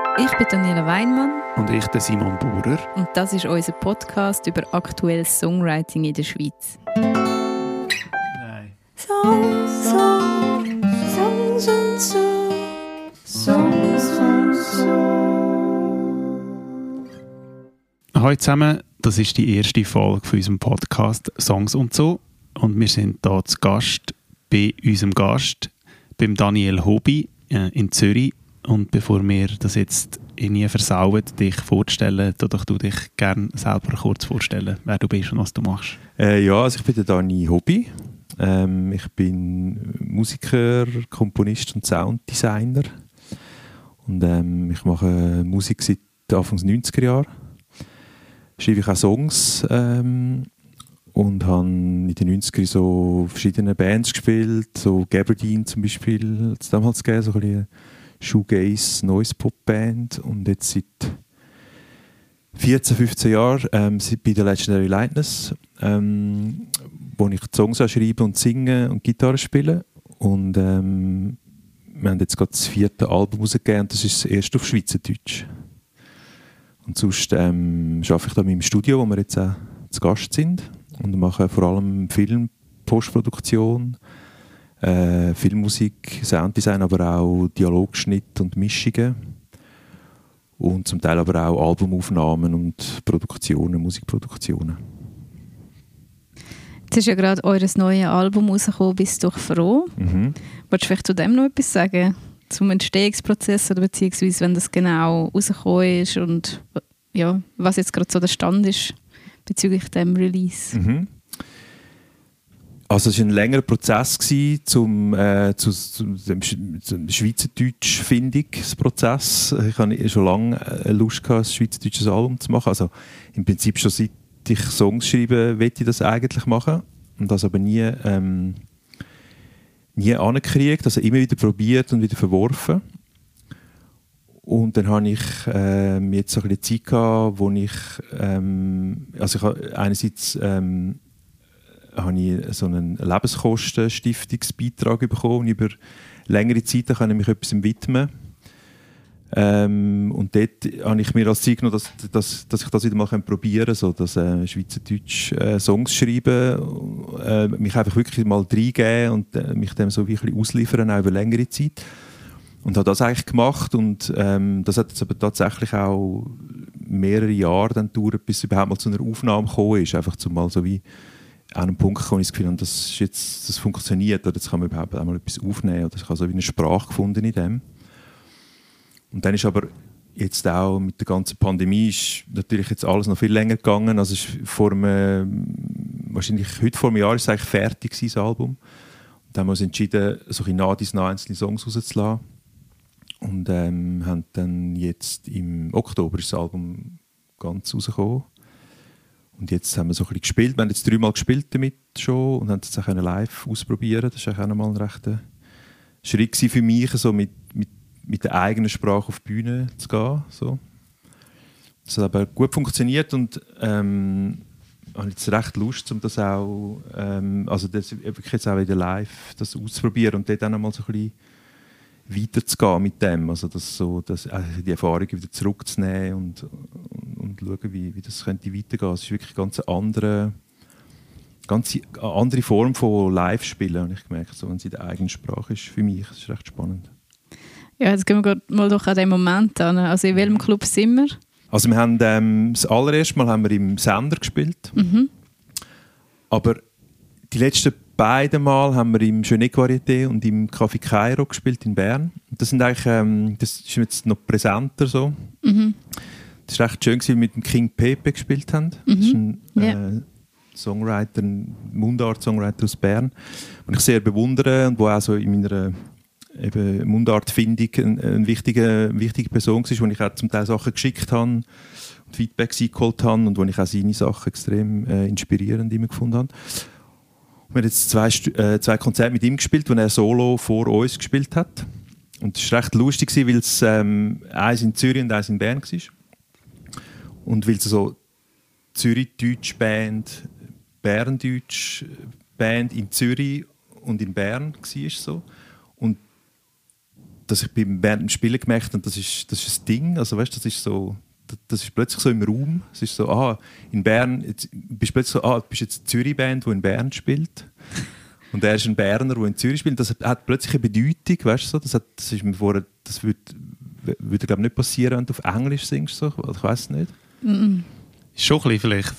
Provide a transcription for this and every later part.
Ich bin Daniela Weinmann. Und ich, der Simon Bauer. Und das ist unser Podcast über aktuelles Songwriting in der Schweiz. Nein. Songs und so. Songs und so. Hallo zusammen, das ist die erste Folge von unserem Podcast «Songs und so». Und wir sind hier zu Gast bei unserem Gast, beim Daniel Hobby in Zürich. Und bevor wir das jetzt nie versauen, dich vorzustellen, doch du dich gerne selber kurz vorstellen, wer du bist und was du machst. Also ich bin der Dani Hobby. Ich bin Musiker, Komponist und Sounddesigner. Und ich mache Musik seit Anfang der 90er Jahre. Schreibe ich auch Songs und habe in den 90ern so verschiedene Bands gespielt, so Gabardine zum Beispiel, hat es damals gegeben, so ein bisschen Shoegaze, Noise-Pop-Band. Und jetzt seit 14, 15 Jahren bei der Legendary Lightness, wo ich Songs schreibe und singe und Gitarre spiele. Und wir haben jetzt gerade das 4. Album rausgegeben und das ist das erste auf Schweizerdeutsch. Und sonst arbeite ich da in meinem Studio, wo wir jetzt auch zu Gast sind, und mache vor allem Film, Postproduktion, Filmmusik, Sounddesign, aber auch Dialogschnitt und Mischungen. Und zum Teil aber auch Albumaufnahmen und Produktionen, Musikproduktionen. Jetzt ist ja gerade euer neues Album rausgekommen, «Bist doch froh». Mhm. Wolltest du vielleicht zu dem noch etwas sagen? Zum Entstehungsprozess oder beziehungsweise wenn das genau rausgekommen ist und ja, was jetzt gerade so der Stand ist bezüglich dem Release? Mhm. Also es war ein längerer Prozess zum Schweizerdeutsch-Findungsprozess. Ich hatte schon lange Lust gehabt, ein schweizerdeutsches Album zu machen. Also im Prinzip schon seit ich Songs schreibe, wollte ich das eigentlich machen. Und das aber nie angekriegt. Also immer wieder probiert und wieder verworfen. Und dann habe ich jetzt so ein bisschen Zeit gehabt, wo ich ich habe einerseits habe ich so einen Lebenskostenstiftungsbeitrag bekommen und über längere Zeit kann ich mich etwas widmen. Und dort habe ich mir als Ziel genommen, dass ich das wieder mal probieren kann, so dass Schweizerdeutsch Songs schreiben, mich einfach wirklich mal reingeben und mich dem so wirklich ausliefern, auch über längere Zeit. Und habe das eigentlich gemacht und das hat jetzt aber tatsächlich auch mehrere Jahre dann gedauert, bis es überhaupt mal zu einer Aufnahme gekommen ist, einfach mal so wie an einem Punkt gekommen, wo ich das Gefühl habe, das funktioniert, oder jetzt kann man überhaupt einmal etwas aufnehmen, oder ich habe so wie eine Sprache gefunden in dem. Und dann ist aber jetzt auch mit der ganzen Pandemie ist natürlich jetzt alles noch viel länger gegangen, also es ist wahrscheinlich heute vor einem Jahr ist es eigentlich fertig gewesen, das Album. Und dann haben wir uns entschieden, so ein bisschen einzelne Songs rauszulassen und haben dann jetzt im Oktober ist das Album ganz rausgekommen. Und jetzt haben wir so ein bisschen gespielt. Wir haben jetzt 3-mal gespielt damit schon und haben es auch live ausprobieren. Das war auch nochmal ein rechter Schritt für mich, so mit der eigenen Sprache auf die Bühne zu gehen. So. Das hat aber gut funktioniert und habe jetzt recht Lust, um das auch, das wirklich jetzt auch wieder live das auszuprobieren und dort auch nochmal so ein bisschen weiterzugehen mit dem, also die Erfahrung wieder zurückzunehmen und schauen, wie das könnte weitergehen. Es ist wirklich eine ganz andere Form von Live-Spielen, habe ich gemerkt, so, wenn es in der eigenen Sprache ist. Für mich das ist recht spannend. Ja, jetzt gehen wir mal doch an den Moment an. Also in welchem Club sind wir? Also wir haben das allererste Mal haben wir im Sender gespielt, aber die letzten beiden Mal haben wir im Jeunesse Varieté und im Café Kairo gespielt in Bern. Das sind eigentlich, das ist jetzt noch präsenter so. Mhm. Das war recht schön, wie wir mit dem King Pepe gespielt haben. Das ist ein Songwriter, ein Mundart-Songwriter aus Bern, den ich sehr bewundere und der auch so in meiner Mundartfindung eine wichtige Person war, wo ich auch zum Teil Sachen geschickt habe und Feedbacks eingeholt habe und wo ich auch seine Sachen extrem inspirierend immer gefunden habe. Wir haben jetzt zwei Konzerte mit ihm gespielt, wo er solo vor uns gespielt hat. Und es war recht lustig, weil es eins in Zürich und eins in Bern war. Und weil es so Zürich-Deutsch-Band, Bern-Deutsch-Band in Zürich und in Bern war. So. Und dass ich während dem Spielen gemerkt habe, das ist ein Ding, also weißt, das ist plötzlich so im Raum, es ist so, in Bern, jetzt bist du plötzlich so, du bist jetzt eine Zürich-Band, die in Bern spielt und er ist ein Berner, der in Zürich spielt, das hat plötzlich eine Bedeutung, weißt du, das ist mir vorher, das würde glaube nicht passieren, wenn du auf Englisch singst, so. Ich weiß es nicht. Schon ein bisschen vielleicht.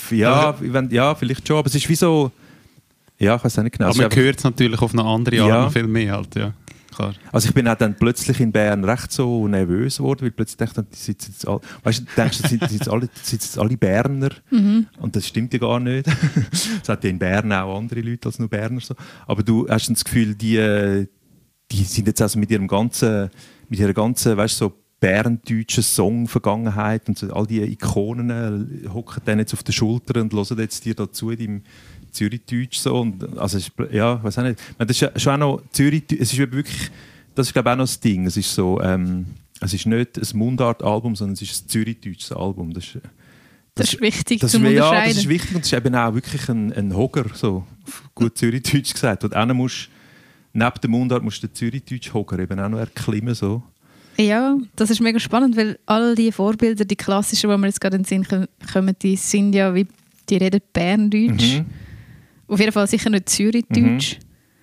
Ja, vielleicht schon, aber es ist wie so, ja, ich weiß auch nicht genau. Aber man hört es natürlich auf eine andere Art noch viel mehr halt, ja. Klar. Also ich bin auch dann plötzlich in Bern recht so nervös geworden, weil plötzlich dachte ich, die sitzen jetzt alle, weißt du, denkst, das sind jetzt alle Berner und das stimmt ja gar nicht. Es hat ja in Bern auch andere Leute als nur Berner. So. Aber du hast das Gefühl, die sind jetzt also mit ihrer ganzen, weißt du, so berndeutschen Song-Vergangenheit und so, all die Ikonen hocken dann jetzt auf der Schulter und hören jetzt dir dazu in deinem Zürichdeutsch so. Und, also, ja, weiß auch nicht. Das ist schon auch noch Zürichdeutsch, es ist wirklich, das ist glaube ich auch noch das Ding. Es ist so, es ist nicht ein Mundart-Album, sondern es ist ein Zürichdeutsches Album. Das ist wichtig zum Unterscheiden. Ja, das ist wichtig und es ist eben auch wirklich ein Hogger, so gut Zürichdeutsch gesagt. Und auch musst, neben dem Mundart musst du den Zürichdeutsch-Hogger eben auch noch erklimmen. So. Ja, das ist mega spannend, weil all die Vorbilder, die klassischen, die wir jetzt gerade in den Sinn kommen, die sind ja wie, die reden Berndeutsch. Auf jeden Fall sicher nicht Zürichdeutsch.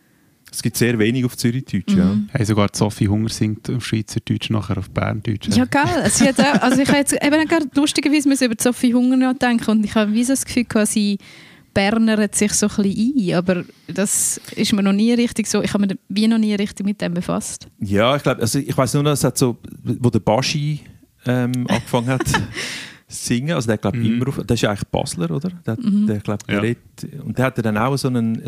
Es gibt sehr wenig auf Zürichdeutsch, ja. Hey, sogar Sophie Hunger singt auf Schweizerdeutsch nachher auf Berndeutsch. Ja, geil. Also ich habe jetzt eben gerade lustigerweise über Sophie Hunger nachdenken und ich habe wie so das Gefühl, sie bernert sich so ein bisschen ein, aber das ist mir noch nie richtig so, ich habe mich wie noch nie richtig mit dem befasst. Ja, ich glaube, also ich weiss nur noch, es hat so, wo der Baschi angefangen hat singen, also der glaube immer auf, der ist ja eigentlich Basler, oder? Der glaubt, und der hat dann auch so ein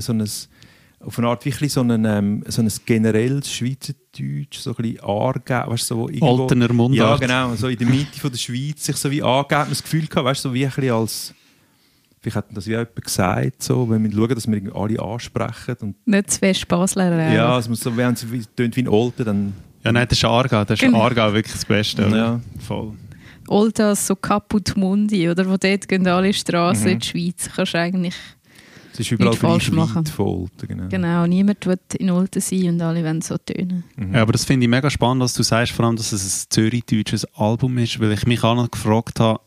auf eine Art wirklich so ein generelles Schweizerdeutsch, so ein bisschen Aargau, weißt du, so irgendwo, Altener Mundart. Ja, genau, so in der Mitte von der Schweiz sich so wie angeben, man das Gefühl gehabt, weißt du, so wie ein bisschen als, vielleicht hat das wie jemand gesagt, so, wenn wir schauen, dass wir alle ansprechen. Und nicht zu fest Basler. Ja, es muss so, wenn es tönt wie ein Olten, dann... Ja, nein, das ist Aargau, Aargau wirklich das Beste. Oder? Ja, voll. Oltas so kaputt Mundi, oder? Wo dort gehen alle Straßen in die Schweiz. Kannst du eigentlich es ist überall falsch machen. Olten, genau, niemand will in Olten sein und alle wollen so tönen. Ja, aber das finde ich mega spannend, was du sagst, vor allem, dass es ein zürichdeutsches Album ist, weil ich mich auch noch gefragt habe,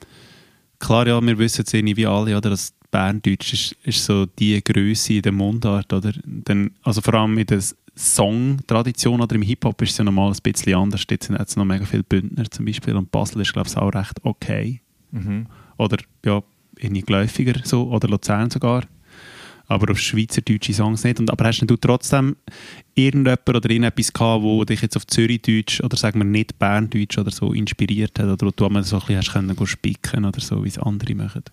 klar, ja, wir wissen jetzt irgendwie wie alle, oder, dass Berndeutsch ist so die Grösse in der Mundart, oder? Dann, also vor allem in der Song-Tradition oder im Hip-Hop ist es ja normal ein bisschen anders. Jetzt sind jetzt noch mega viele Bündner zum Beispiel und Basel ist, glaube ich, auch recht okay. Oder ja, irgendwie geläufiger so, oder Luzern sogar. Aber auf schweizerdeutsche Songs nicht. Aber hast du trotzdem irgendjemand oder irgendetwas gehabt, wo dich jetzt auf Zürichdeutsch oder sagen wir nicht Berndeutsch oder so inspiriert hat oder wo du einmal so ein bisschen hast können spicken oder so, wie es andere machen?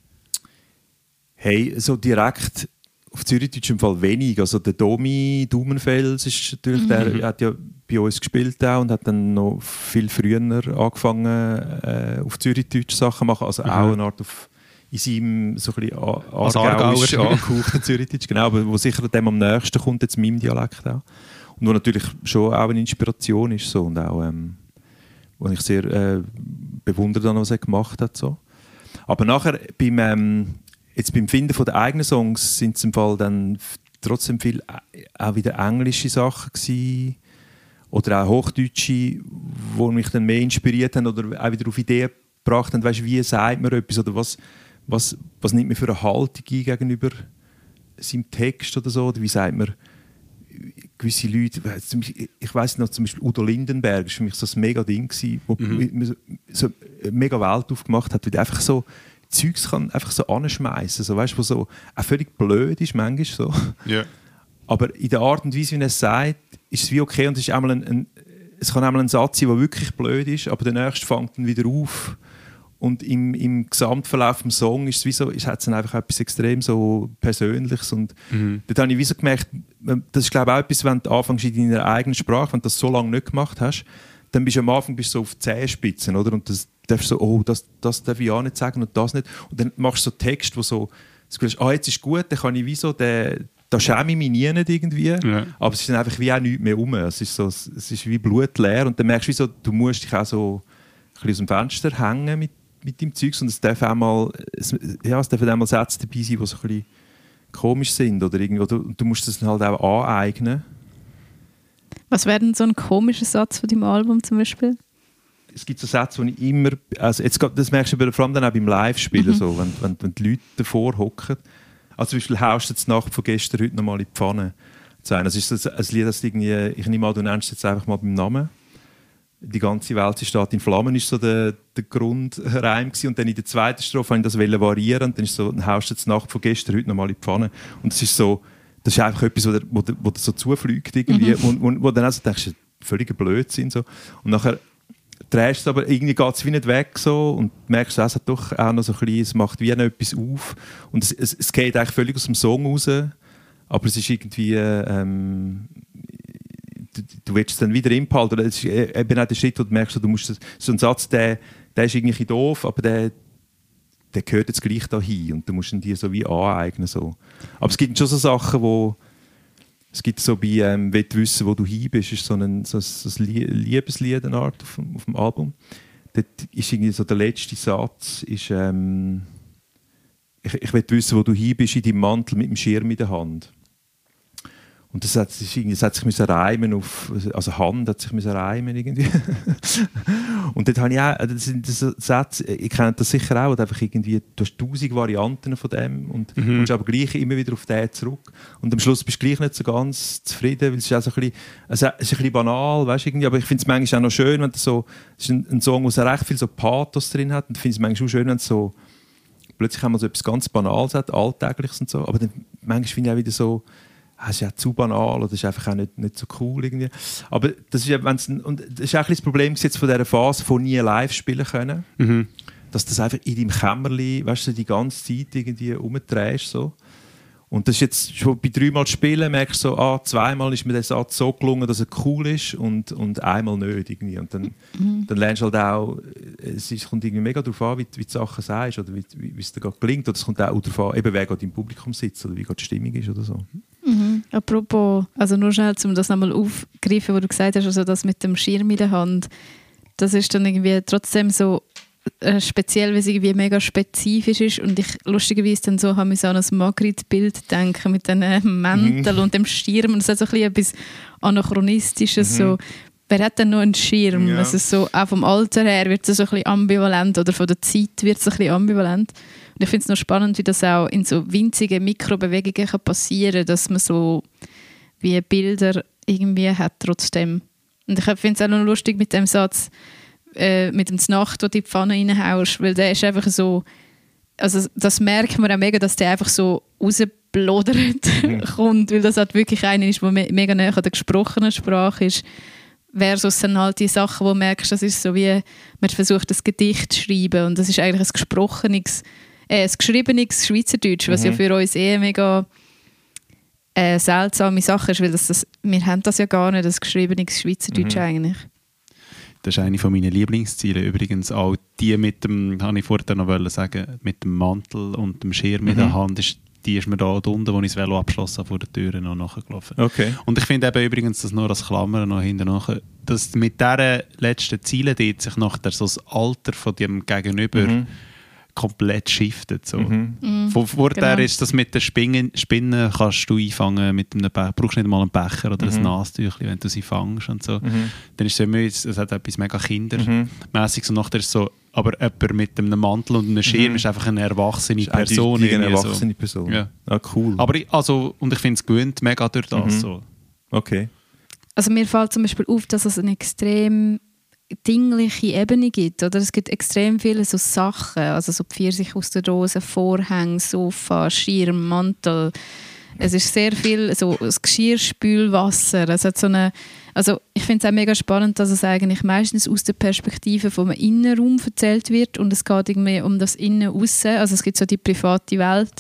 Hey, so direkt auf Zürichdeutsch im Fall wenig. Also der Domi Daumenfels ist natürlich, der hat ja bei uns gespielt auch und hat dann noch viel früher angefangen auf Zürichdeutsch Sachen zu machen. Also auch eine Art auf in seinem so ein bisschen aargauisch angehauchten Zürichdeutsch, genau, aber wo sicher dem am nächsten kommt, jetzt meinem Dialekt auch. Und wo natürlich schon auch eine Inspiration ist so, und auch, wo ich sehr bewundere, was er gemacht hat. So. Aber nachher beim Finden von der eigenen Songs sind es im Fall dann trotzdem viel auch wieder englische Sachen gewesen, oder auch Hochdeutsche, die mich dann mehr inspiriert haben oder auch wieder auf Ideen gebracht haben, weißt, wie sagt man etwas oder was nimmt man für eine Haltung ein gegenüber seinem Text oder so, oder wie sagt man gewisse Leute, ich weiss noch, zum Beispiel Udo Lindenberg war für mich so ein mega Ding gewesen, wo so eine mega Welt aufgemacht hat, weil der einfach so Zeugs kann einfach so anschmeißen, so, weißt, wo so auch völlig blöd ist manchmal so. Yeah. Aber in der Art und Weise, wie er es sagt, ist es wie okay, und es ist einmal es kann einmal ein Satz sein, der wirklich blöd ist, aber der nächste fängt dann wieder auf. Und im Gesamtverlauf des Songs ist es wie so, hat es dann einfach etwas extrem so Persönliches. Und dort habe ich wie so gemerkt, das ist glaube ich auch etwas, wenn du anfängst in deiner eigenen Sprache, wenn du das so lange nicht gemacht hast, dann bist du am Anfang so auf die Zehenspitzen, oder? Und das darfst du so, oh, das darf ich auch nicht sagen und das nicht. Und dann machst du so Text, wo so, jetzt ist gut, dann kann ich wie so, da schäme ich mich nie nicht irgendwie, aber es ist dann einfach wie auch nichts mehr rum. Es ist wie blutleer und dann merkst du, wie so, du musst dich auch so ein bisschen aus dem Fenster hängen mit dem Zeugs und es dürfen einmal Sätze dabei sein, die so ein bisschen komisch sind oder irgendwie, du musst das dann halt auch aneignen. Was wäre denn so ein komischer Satz von deinem Album zum Beispiel? Es gibt so Sätze, die ich immer, also jetzt, das merkst du vor allem dann auch beim Live-Spielen, so, wenn die Leute davor hocken. Also zum Beispiel «Haust du die Nacht von gestern heute noch mal in die Pfanne?» Das ist ein Lied, das irgendwie, ich nehme an, du nennst es jetzt einfach mal beim Namen. «Die ganze Welt steht in Flammen» ist so der Grundreim gewesen. Und dann in der zweiten Strophe wollte ich das variieren und dann ist so «Haust du die Nacht von gestern heute noch mal in die Pfanne?» Und das ist einfach etwas, wo dir so zufliegt irgendwie. Wo dann also denkst, völliger Blödsinn. So. Und nachher drehst du es aber irgendwie geht es wie nicht weg so und merkst, es hat doch auch noch so ein bisschen, es macht wie noch etwas auf und es geht eigentlich völlig aus dem Song raus, aber es ist irgendwie du willst es dann wieder inhalten, es ist eben auch der Schritt, wo du merkst, du musst so einen Satz, der ist irgendwie doof, aber der gehört jetzt gleich da hin und du musst ihn dir so wie aneignen so. Aber es gibt schon so Sachen, wo es gibt so bei «Willst du wissen, wo du hin bist», ist so ein Liebeslied, eine Art auf dem Album. Dort ist irgendwie so der letzte Satz, ist, ich will wissen, wo du hin bist, in deinem Mantel mit dem Schirm in der Hand. Und das hat sich reimen auf, also Hand hat sich reimen irgendwie. Und dort habe ich auch, das sind Sätze, ich kenne das sicher auch, einfach irgendwie, du hast 1000 Varianten von dem und kommst aber gleich immer wieder auf den zurück. Und am Schluss bist du gleich nicht so ganz zufrieden, weil es ist auch so ein bisschen banal, weißt, irgendwie, aber ich finde es manchmal auch noch schön, wenn es ist ein Song, der so recht viel so Pathos drin hat und ich finde es manchmal auch schön, wenn es so plötzlich haben wir so etwas ganz Banales hat, Alltägliches und so, aber dann manchmal finde ich auch wieder so, es ist ja zu banal oder ist einfach auch nicht so cool irgendwie. Aber das ist ja, und das ist auch das Problem jetzt von dieser Phase, von nie live spielen können, dass das einfach in deinem Kämmerli, weißt du, die ganze Zeit irgendwie rumdrehst so. Und das ist jetzt schon bei 3-mal Spielen, merkst du so, 2-mal ist mir der Satz so gelungen, dass er cool ist und einmal nicht irgendwie. Und dann lernst du halt auch, es kommt irgendwie mega darauf an, wie die Sachen sagst oder wie es dir gerade gelingt. Oder es kommt auch darauf an, eben, wer gerade im Publikum sitzt oder wie gerade die Stimmung ist oder so. Apropos, also nur schnell, um das nochmal aufzugreifen, was du gesagt hast, also das mit dem Schirm in der Hand, das ist dann irgendwie trotzdem so speziell, weil es irgendwie mega spezifisch ist und ich lustigerweise dann so habe ich so an ein Magritte-Bild denken mit dem Mäntel und dem Schirm und es hat so ein bisschen etwas Anachronistisches, so wer hat denn noch einen Schirm? Ja. Also so, auch vom Alter her wird es so ein bisschen ambivalent oder von der Zeit wird es ein bisschen ambivalent. Und ich finde es noch spannend, wie das auch in so winzigen Mikrobewegungen kann passieren kann, dass man so wie Bilder irgendwie hat trotzdem. Und ich finde es auch noch lustig mit dem Satz, mit dem Znacht, wo du in die Pfanne reinhaust, weil der ist einfach so, also das merkt man auch mega, dass der einfach so rausblodert kommt, weil das halt wirklich einer ist, der mega nahe an der gesprochenen Sprache ist, versus dann halt die Sachen, wo du merkst, das ist so wie, man versucht ein Gedicht zu schreiben und das ist eigentlich ein geschriebenes Schweizerdeutsch, was ja für uns mega seltsame Sache ist, weil wir haben das ja gar nicht, das geschriebenes Schweizerdeutsch eigentlich. Das ist eine meiner Lieblingsziele. Übrigens auch die mit dem, habe ich vorher noch sagen, mit dem Mantel und dem Schirm in der Hand, die ist mir da unten, wo ich das Velo abgeschlossen habe, vor der Tür noch nachgelaufen. Okay. Und ich finde eben übrigens, dass nur als Klammer noch hinten nachher, dass mit diesen letzten Zielen dort sich nachher so das Alter von dem Gegenüber komplett shiftet. So. Von vorher ist das mit den Spinnen kannst du einfangen, mit einem brauchst nicht mal einen Becher oder ein Nastüchli, wenn du sie fängst und so. Dann ist es hat etwas mega kindermäßiges und nachher ist so, aber jemand mit einem Mantel und einem Schirm ist einfach eine erwachsene Person. Eine erwachsene Person. Ja. Ah, cool. Aber und ich finde es gewöhnt mega durch das. So. Okay. Also mir fällt zum Beispiel auf, dass es eine extrem dingliche Ebene gibt. Oder? Es gibt extrem viele so Sachen, also so Pfirsich aus der Dose, Vorhänge, Sofa, Schirm, Mantel. Es ist sehr viel so das Geschirrspülwasser. Es hat so eine, also ich finde es auch mega spannend, dass es eigentlich meistens aus der Perspektive vom Innenraum erzählt wird und es geht irgendwie um das Innen-Aussen. Also es gibt so die private Welt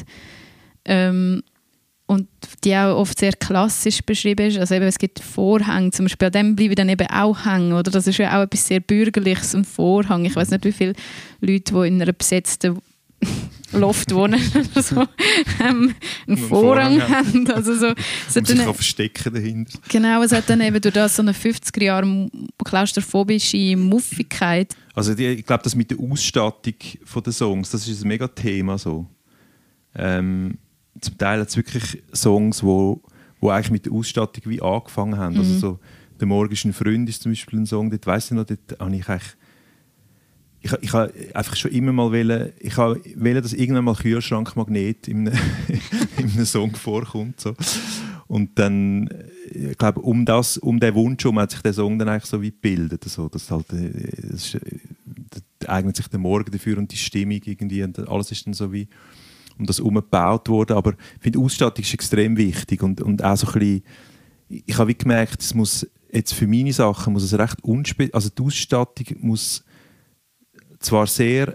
und die auch oft sehr klassisch beschrieben ist. Also eben, es gibt Vorhänge, zum Beispiel, an dem bleiben dann eben auch hängen. Oder? Das ist ja auch etwas sehr Bürgerliches, ein Vorhang. Ich weiß nicht, wie viele Leute, die in einer besetzten Loft wohnen oder so, einen Vorhang haben. Also so, sich kann verstecken dahinter. Genau, es hat dann eben durch das so eine 50er-Jahre klaustrophobische Muffigkeit. Also ich glaube, das mit der Ausstattung der Songs, das ist ein mega Thema so. Zum Teil hat es wirklich Songs, wo eigentlich mit der Ausstattung wie angefangen haben. Also so, «Der Morgen ist ein Freund» ist zum Beispiel ein Song, dort weiss ich noch, dort habe ich eigentlich ich habe einfach schon immer mal wollen, dass irgendwann mal Kühlschrankmagnet in einem Song vorkommt. So. Und dann, ich glaube, um diesen Wunsch herum hat sich der Song dann eigentlich so wie gebildet. So, das eignet sich der Morgen dafür und die Stimmung irgendwie. Und alles ist dann so wie um das herum gebaut worden. Aber ich finde, Ausstattung ist extrem wichtig. Und auch so ein bisschen, ich habe wie gemerkt, es muss jetzt für meine Sachen muss es recht also die Ausstattung muss zwar sehr,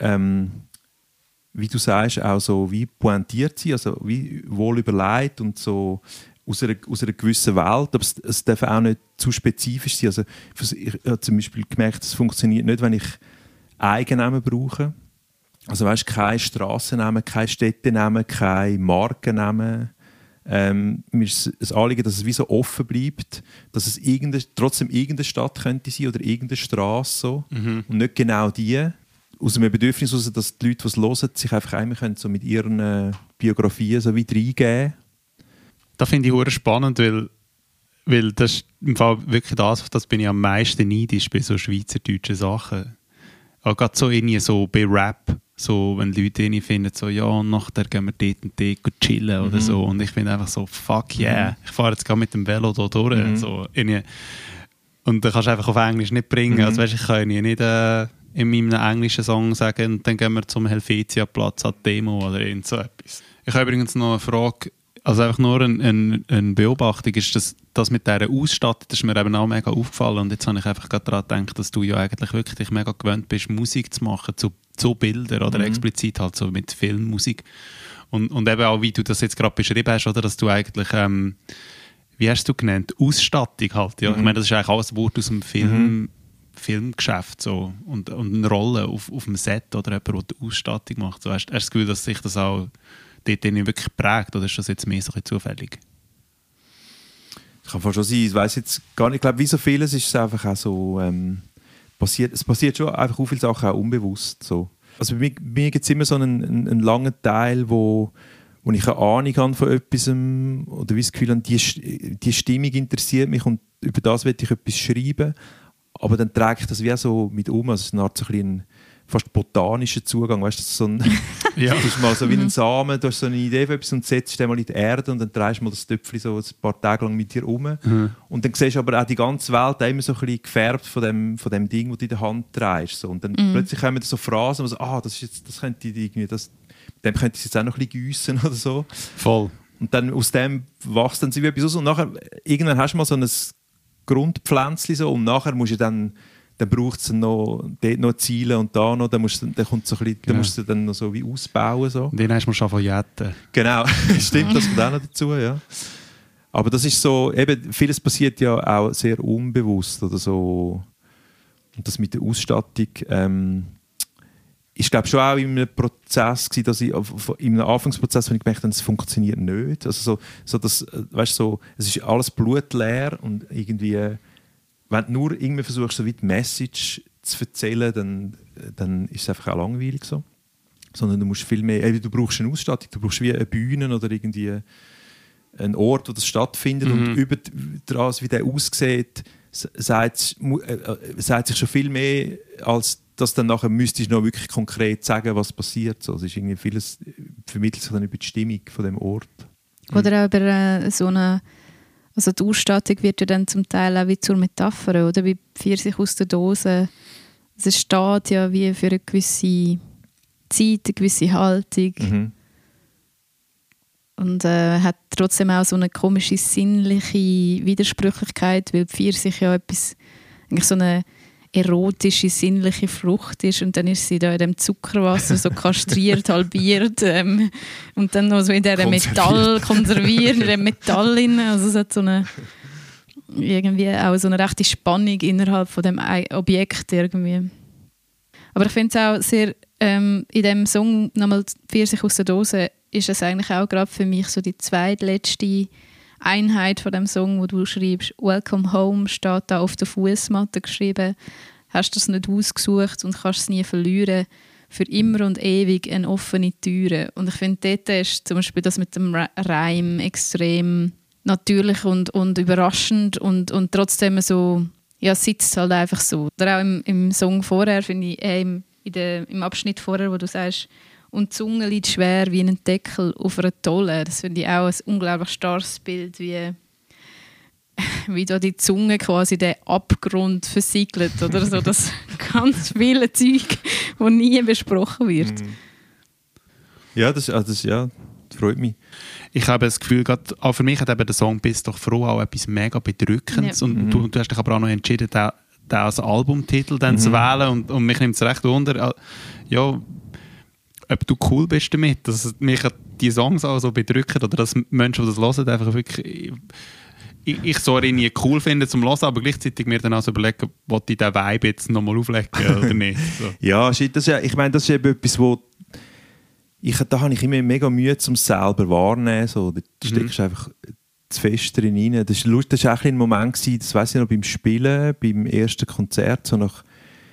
wie du sagst, auch so wie pointiert sein, also wie wohl überlegt und so aus einer gewissen Welt, aber es darf auch nicht zu spezifisch sein. Also ich habe zum Beispiel gemerkt, es funktioniert nicht, wenn ich Eigennamen brauche. Also weißt, kein Strassennamen, kein Städtenamen, kein Markennamen. Mir ist das Anliegen, dass es wie so offen bleibt, dass es trotzdem irgendeine Stadt könnte sein oder irgendeine Straße so, und nicht genau die. Aus einem Bedürfnis heraus, dass die Leute, die es hören, sich einfach einmal so mit ihren Biografien so wie reingeben. Das finde ich sehr spannend, weil das ist im Fall wirklich das bin ich am meisten neidisch bei so schweizerdeutschen Sachen. Auch gerade so irgendwie so bei Rap, so wenn Leute irgendwie finden, so ja, und nachher gehen wir dort und dort chillen oder so. Und ich finde einfach so, fuck yeah, ich fahre jetzt gerade mit dem Velo da durch. So, und dann kannst du einfach auf Englisch nicht bringen. Also weißt, ich kann nicht in meinem englischen Song sagen, dann gehen wir zum Helvetia-Platz an die Demo oder irgend so etwas. Ich habe übrigens noch eine Frage, also einfach nur eine Beobachtung, ist das mit dieser Ausstattung, das ist mir eben auch mega aufgefallen und jetzt habe ich einfach gerade daran gedacht, dass du ja eigentlich wirklich dich mega gewöhnt bist, Musik zu machen zu Bildern oder explizit halt so mit Filmmusik und eben auch, wie du das jetzt gerade beschrieben hast, oder, dass du eigentlich, wie hast du genannt, Ausstattung halt, ja, ich meine, das ist eigentlich alles ein Wort aus dem Filmgeschäft so und eine Rolle auf dem Set oder jemand, der die Ausstattung macht. So, hast du das Gefühl, dass sich das auch dort wirklich prägt oder ist das jetzt mehr so ein zufällig? Kann fast schon sein, ich weiss jetzt gar nicht, ich glaube, wie so vieles ist es einfach auch so, es passiert schon einfach auch viele Sachen auch unbewusst. So. Also bei mir gibt es immer so einen langen Teil, wo ich eine Ahnung habe von etwas oder wie das Gefühl habe, die Stimmung interessiert mich und über das will ich etwas schreiben. Aber dann trage ich das wie so mit um. Also es ist eine Art so ein fast botanischer Zugang. Weißt du, so du hast mal so wie einen Samen, du hast so eine Idee für etwas und setzt den mal in die Erde und dann drehst du mal das Töpfchen so ein paar Tage lang mit dir um. Und dann siehst du aber auch die ganze Welt immer so ein bisschen gefärbt von dem Ding, das du in der Hand drehst. So. Und dann plötzlich kommen so Phrasen, wo so, das könnte irgendwie, dem könnte ich jetzt auch noch ein bisschen giessen oder so. Voll. Und dann aus dem wächst dann so wie etwas aus und nachher, irgendwann hast du mal so ein Grundpflänzchen so und nachher musst du dann braucht es noch dort noch Ziele und da noch, dann musst du dann noch so wie ausbauen. So. Und den hast du schon von jetten. Genau, stimmt, das kommt auch noch dazu, ja. Aber das ist so, eben, vieles passiert ja auch sehr unbewusst oder so. Und das mit der Ausstattung, ich glaube schon auch in einem Prozess gewesen, dass in einem Anfangsprozess, wenn ich gemerkt habe, es funktioniert nicht. Also so das, weißt, so, es ist alles blutleer und irgendwie, wenn du nur irgendwie versuchst, so wie die Message zu erzählen, dann ist es einfach auch langweilig so. Sondern du musst viel mehr, du brauchst eine Ausstattung, du brauchst wie eine Bühne oder irgendwie einen Ort, wo das stattfindet und über das, wie der aussieht, sagt sich schon viel mehr, als dass dann nachher müsstest du noch wirklich konkret sagen, was passiert. So, es ist irgendwie vieles vermittelt sich dann über die Stimmung von dem Ort. Oder auch über so eine, also die Ausstattung wird ja dann zum Teil auch wie zur Metapher, oder wie Pfirsich aus der Dose. Es steht ja wie für eine gewisse Zeit, eine gewisse Haltung. Und hat trotzdem auch so eine komische sinnliche Widersprüchlichkeit, weil Pfirsich ja etwas, eigentlich so eine erotische, sinnliche Frucht ist und dann ist sie da in dem Zuckerwasser so kastriert, halbiert und dann noch so in diesem Metall konserviert, in dem Metall drin. Also es hat so eine, irgendwie auch so eine rechte Spannung innerhalb von dem Objekt irgendwie. Aber ich finde es auch sehr, in dem Song nochmal «Pfirsich aus der Dose» ist es eigentlich auch gerade für mich so die zweitletzte Einheit von dem Song, wo du schreibst, «Welcome home» steht da auf der Fußmatte geschrieben. Hast du es nicht ausgesucht und kannst es nie verlieren. Für immer und ewig eine offene Türe. Und ich finde, dort ist zum Beispiel das mit dem Reim extrem natürlich und überraschend und trotzdem so, ja, sitzt halt einfach so. Oder auch im Song vorher, finde ich, im Abschnitt vorher, wo du sagst, und die Zunge liegt schwer wie ein Deckel auf einer Tolle. Das finde ich auch ein unglaublich starkes Bild, wie da die Zunge quasi den Abgrund versiegelt oder so, das ganz viele Zeug, das nie besprochen wird. Ja, das freut mich. Ich habe das Gefühl, auch für mich hat eben der Song «Bist doch froh» auch etwas mega Bedrückendes. Ja. Und du hast dich aber auch noch entschieden, den als Albumtitel dann zu wählen und mich nimmt es recht wunder, ja, ob du cool bist damit, dass mich die Songs auch so bedrücken oder dass Menschen, die das hören, einfach wirklich ich so nie cool finde zum Hören, aber gleichzeitig mir dann auch so überlegen, ob ich diesen Vibe jetzt nochmal auflegen oder nicht. So. Ja, ich meine, das ist eben etwas, wo da habe ich immer mega Mühe, um es selber wahrzunehmen. So, da steckst du einfach zu fest drin rein. Das war auch ein Moment, das weiss ich noch, beim Spielen, beim ersten Konzert, so nach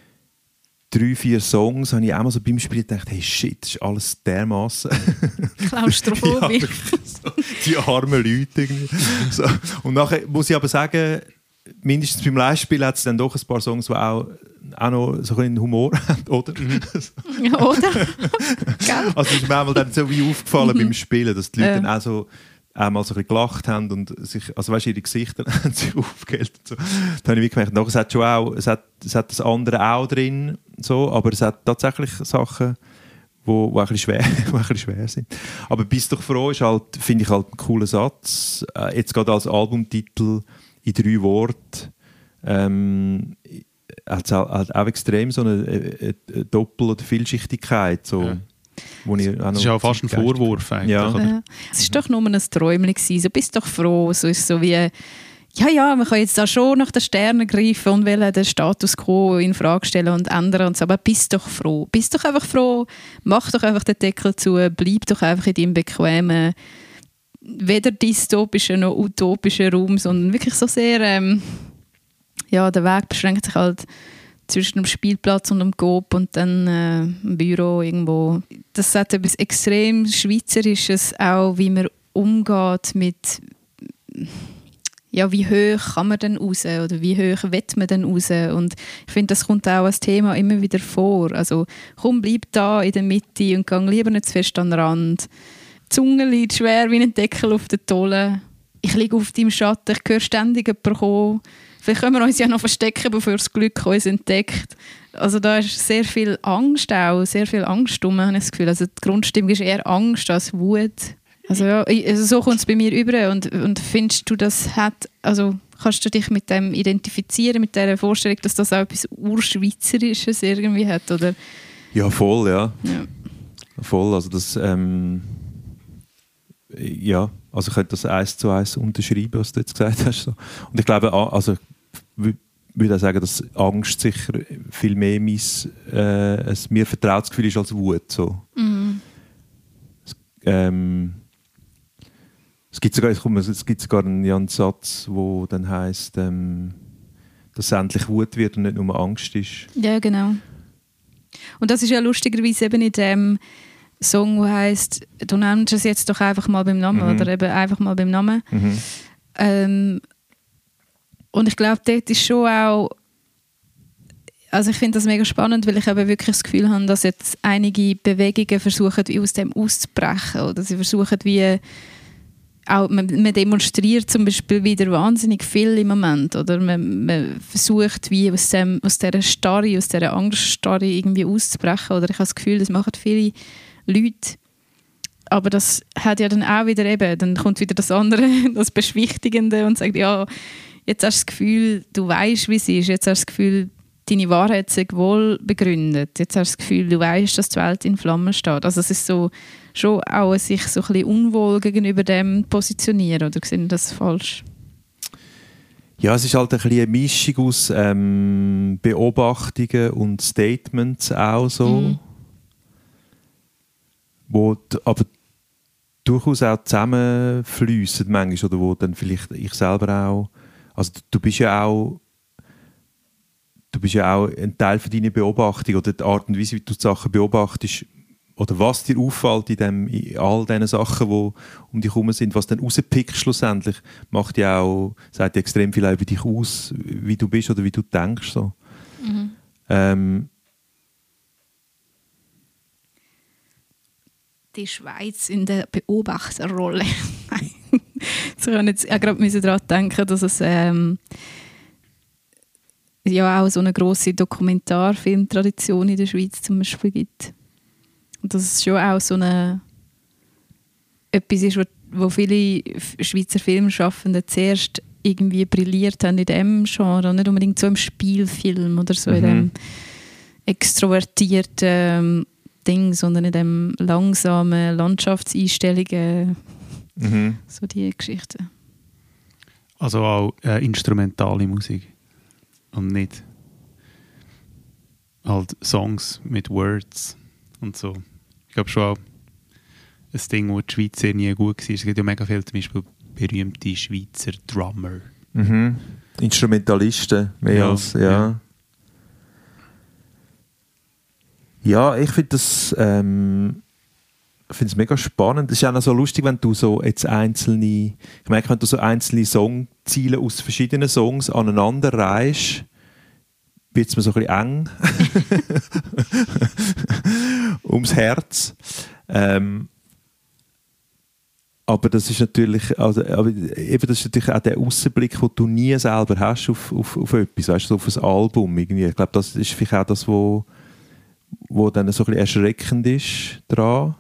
3-4 Songs, habe ich auch mal so beim Spielen gedacht, hey shit, das ist alles dermassen klaustrophobisch. So, die armen Leute irgendwie. So. Und nachher muss ich aber sagen, mindestens beim Live-Spiel hat es dann doch ein paar Songs, die auch noch so einen Humor haben, oder? Ja, oder? Also ist mir einmal dann so wie aufgefallen beim Spielen, dass die Leute dann auch so einmal so ein bisschen gelacht haben und sich, also weißt, ihre Gesichter haben sich aufgehellt. So. Da habe ich gemerkt, es hat schon auch, es hat das andere auch drin, so, aber es hat tatsächlich Sachen, die ein bisschen schwer sind. Aber «Bist doch froh» ist halt, finde ich, halt ein cooler Satz. Jetzt gerade als Albumtitel in 3 Worten hat es halt auch extrem so eine Doppel- oder Vielschichtigkeit. So. Ja. Das ist auch fast ein Vorwurf eigentlich. Ja. Es war doch nur ein Träumchen gewesen. So, «Bist doch froh». So ist so wie, ja, man kann jetzt da schon nach den Sternen greifen und den Status quo in Frage stellen und ändern und so, aber bist doch froh. Bist doch einfach froh, mach doch einfach den Deckel zu, bleib doch einfach in deinem bequemen, weder dystopischen noch utopischen Raum, sondern wirklich so sehr, der Weg beschränkt sich halt zwischen dem Spielplatz und dem Coop und dann im Büro irgendwo. Das hat etwas extrem Schweizerisches, auch wie man umgeht mit, ja, wie hoch kann man denn raus oder wie hoch will man denn raus? Und ich finde, das kommt auch als Thema immer wieder vor. Also komm, bleib da in der Mitte und geh lieber nicht zu fest an den Rand. Die Zunge liegt schwer wie ein Deckel auf der Tolle. Ich liege auf deinem Schatten, ich höre ständig jemanden kommen. Vielleicht können wir uns ja noch verstecken, bevor das Glück uns entdeckt. Also da ist sehr viel Angst auch, sehr viel Angst rum, habe ich das Gefühl. Also die Grundstimmung ist eher Angst als Wut. Also ja, so kommt es bei mir über. Und findest du, kannst du dich mit dem identifizieren, mit dieser Vorstellung, dass das auch etwas Urschweizerisches irgendwie hat, oder? Ja, voll, ja. Voll, also das, ja, also ich könnte das 1:1 unterschreiben, was du jetzt gesagt hast. So. Und ich glaube, also ich würde auch sagen, dass Angst sicher viel mehr ein mir vertrautes Gefühl ist als Wut. So. Mhm. Es gibt sogar einen Satz, der dann heisst, dass es endlich Wut wird und nicht nur Angst ist. Ja, genau. Und das ist ja lustigerweise eben in dem Song, der heisst, du nennst es jetzt doch einfach mal beim Namen, oder eben einfach mal beim Namen. Und ich glaube, dort ist schon auch, also ich finde das mega spannend, weil ich eben wirklich das Gefühl habe, dass jetzt einige Bewegungen versuchen, wie aus dem auszubrechen, oder sie versuchen, wie auch, man demonstriert zum Beispiel wieder wahnsinnig viel im Moment, oder man versucht, wie aus dieser Starre, aus dieser Angststarre irgendwie auszubrechen, oder ich habe das Gefühl, das machen viele Leute. Aber das hat ja dann auch wieder eben, dann kommt wieder das andere, das Beschwichtigende und sagt, ja, jetzt hast du das Gefühl, du weißt, wie es ist, jetzt hast du das Gefühl, deine Wahrheit sei wohl begründet, jetzt hast du das Gefühl, du weißt, dass die Welt in Flammen steht. Also es ist so, schon auch sich so ein bisschen unwohl gegenüber dem positionieren, oder sehe ich das falsch? Ja, es ist halt ein bisschen eine Mischung aus Beobachtungen und Statements auch so. Wo aber durchaus auch zusammenfliessen manchmal, oder wo dann vielleicht ich selber auch, also du bist ja auch ein Teil von deiner Beobachtung oder die Art und Weise, wie du die Sachen beobachtest, oder was dir auffällt in all diesen Sachen, die um dich herum sind, was dann rauspickst schlussendlich, sagt ja extrem viel über dich aus, wie du bist oder wie du denkst. So. Die Schweiz in der Beobachterrolle. Ich musste jetzt gerade daran denken, dass es ja auch so eine grosse Dokumentarfilmtradition in der Schweiz zum Beispiel gibt. Und dass es schon auch so etwas ist, wo viele Schweizer Filmschaffende zuerst irgendwie brilliert haben in diesem Genre, nicht unbedingt so im Spielfilm oder so in dem extrovertierten Ding, sondern in dem langsamen Landschaftseinstellungen, so die Geschichten. Also auch instrumentale Musik und nicht halt Songs mit Words und so. Ich glaube schon auch ein Ding, wo die Schweiz sehr nie gut war. Es gibt ja mega viele zum Beispiel berühmte Schweizer Drummer. Instrumentalisten, mehr als, ja. Ja, ich finde das mega spannend. Es ist auch noch so lustig, wenn du so jetzt wenn du so einzelne Songziele aus verschiedenen Songs aneinander reihst, wird es mir so ein bisschen eng ums Herz. Aber das ist natürlich, das ist natürlich auch der Aussenblick, den du nie selber hast auf etwas, weißt du, auf ein Album irgendwie. Ich glaube, das ist vielleicht auch das, wo dann so ein bisschen erschreckend ist daran.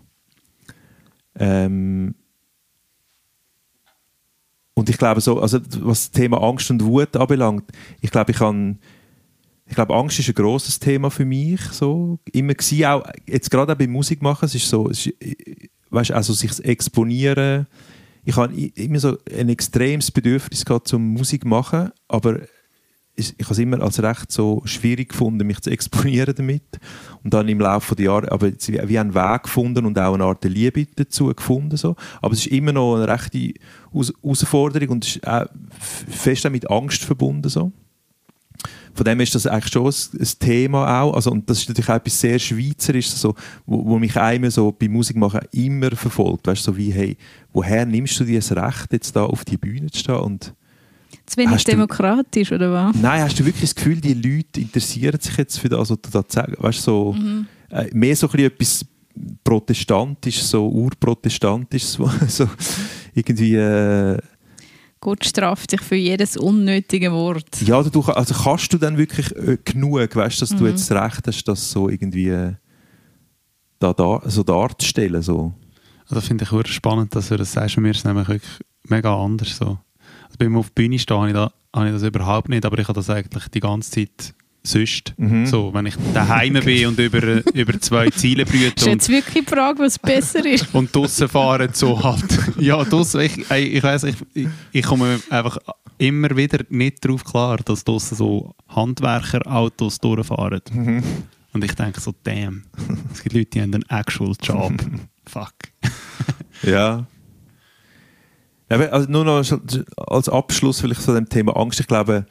Und ich glaube so, also was das Thema Angst und Wut anbelangt, ich glaube, Angst ist ein grosses Thema für mich, so. Immer gewesen, auch, jetzt gerade auch beim Musikmachen, es ist so, weißt, also sich exponieren. Ich habe immer so ein extremes Bedürfnis gehabt zum Musik machen, aber ich habe es immer als recht so schwierig gefunden, mich zu exponieren damit. Und dann im Laufe der Jahre aber wie einen Weg gefunden und auch eine Art Liebe dazu gefunden. So. Aber es ist immer noch eine rechte Herausforderung und es ist auch fest auch mit Angst verbunden. So. Von dem ist das eigentlich schon ein Thema auch. Also, und das ist natürlich auch etwas sehr Schweizerisches, so, wo mich einmal so beim Musikmachen immer verfolgt. Weißt, so wie, hey, woher nimmst du dir das Recht, jetzt da auf die Bühne zu stehen? Und zu wenig demokratisch, oder was? Nein, hast du wirklich das Gefühl, die Leute interessieren sich jetzt für das, was du da sagst? Weißt, so, mehr so ein bisschen etwas Protestantisches, so Urprotestantisches, so irgendwie... Gott straft dich für jedes unnötige Wort. Ja, also kannst du dann wirklich genug, weißt, dass du jetzt das Recht hast, das so irgendwie so darzustellen? So. Also finde ich wirklich spannend, dass du das sagst. Bei mir ist es nämlich wirklich mega anders. So. Also bei mir auf der Bühne stehe, habe ich das überhaupt nicht, aber ich habe das eigentlich die ganze Zeit sonst. So, wenn ich daheim bin und über zwei Ziele brüte. Das ist jetzt wirklich die Frage, was besser ist. Und draussen fahren so halt. Ja, draussen, ich weiss, ich komme einfach immer wieder nicht darauf klar, dass draussen so Handwerkerautos durchfahren. Und ich denke so, damn, es gibt Leute, die haben einen actual Job. Fuck. Ja. Also nur noch als Abschluss vielleicht zu dem Thema Angst.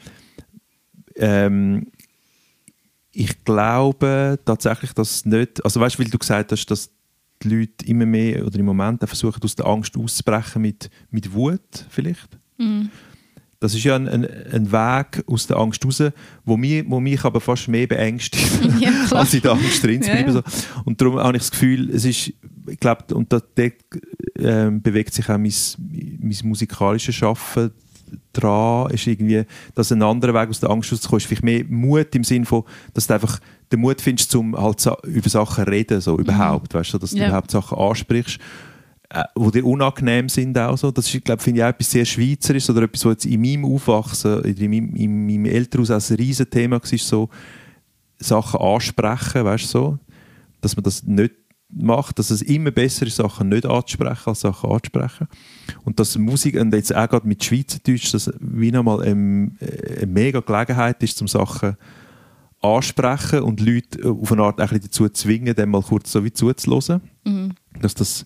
Ich glaube tatsächlich, dass es nicht, also weißt du, weil du gesagt hast, dass die Leute immer mehr oder im Moment versuchen, aus der Angst auszubrechen mit Wut vielleicht. Das ist ja ein Weg aus der Angst raus, wo mich aber fast mehr beängstigt, als in der Angst drin zu bleiben. Ja. So. Und darum habe ich das Gefühl, es ist, ich glaube, und dort bewegt sich auch mein musikalisches Schaffen dran, ist irgendwie, dass ein anderer Weg aus der Angst rauszukommen ist, vielleicht mehr Mut im Sinne von, dass du einfach den Mut findest, um halt über Sachen zu reden, so überhaupt, weißt du, dass du überhaupt Sachen ansprichst, die dir unangenehm sind auch so. Das ist, glaube ich, auch etwas sehr Schweizerisches oder etwas, was jetzt in meinem Aufwachsen, in meinem Elternhaus auch ein riesen Thema war, so Sachen ansprechen, weißt du, so, dass man das nicht macht, dass es immer besser ist, Sachen nicht anzusprechen, als Sachen anzusprechen. Und dass Musik, und jetzt auch gerade mit Schweizerdeutsch, dass wie nochmal eine mega Gelegenheit ist, um Sachen ansprechen und Leute auf eine Art ein bisschen dazu zwingen, dem mal kurz so wie zuzuhören. Dass das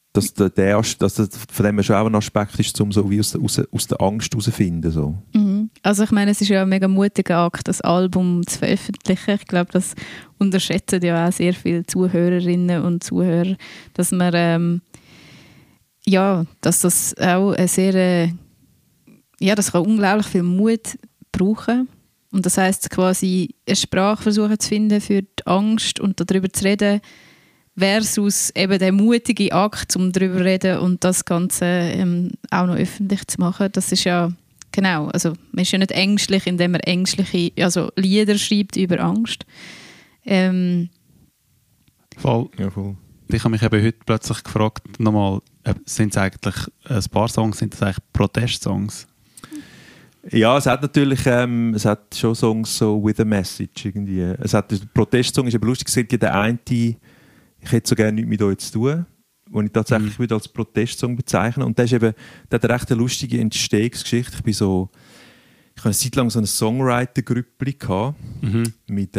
von dem schon auch ein Aspekt ist, um so wie aus der Angst herauszufinden. So. Also ich meine, es ist ja ein mega mutiger Akt, das Album zu veröffentlichen. Ich glaube, das unterschätzen ja auch sehr viele Zuhörerinnen und Zuhörer, dass man dass das auch eine sehr das kann unglaublich viel Mut brauchen. Und das heisst quasi eine Sprache versuchen zu finden für die Angst und darüber zu reden, versus eben der mutige Akt, um darüber zu reden und das Ganze auch noch öffentlich zu machen. Das ist ja, genau, also man ist ja nicht ängstlich, indem man Lieder schreibt über Angst. Voll. Ja, voll. Ich habe mich eben heute plötzlich gefragt, nochmal, sind es eigentlich ein paar Songs, sind das eigentlich Protestsongs? Ja, es hat natürlich es hat schon Songs so with a message irgendwie. Es hat der Protestsong ist aber lustig, es gibt ja der eine, ich hätte so gerne nichts mit euch zu tun, den ich tatsächlich wieder als Protestsong bezeichne. Und der hat eine recht lustige Entstehungsgeschichte. Ich hatte eine Zeit lang so eine Songwriter-Gruppe mit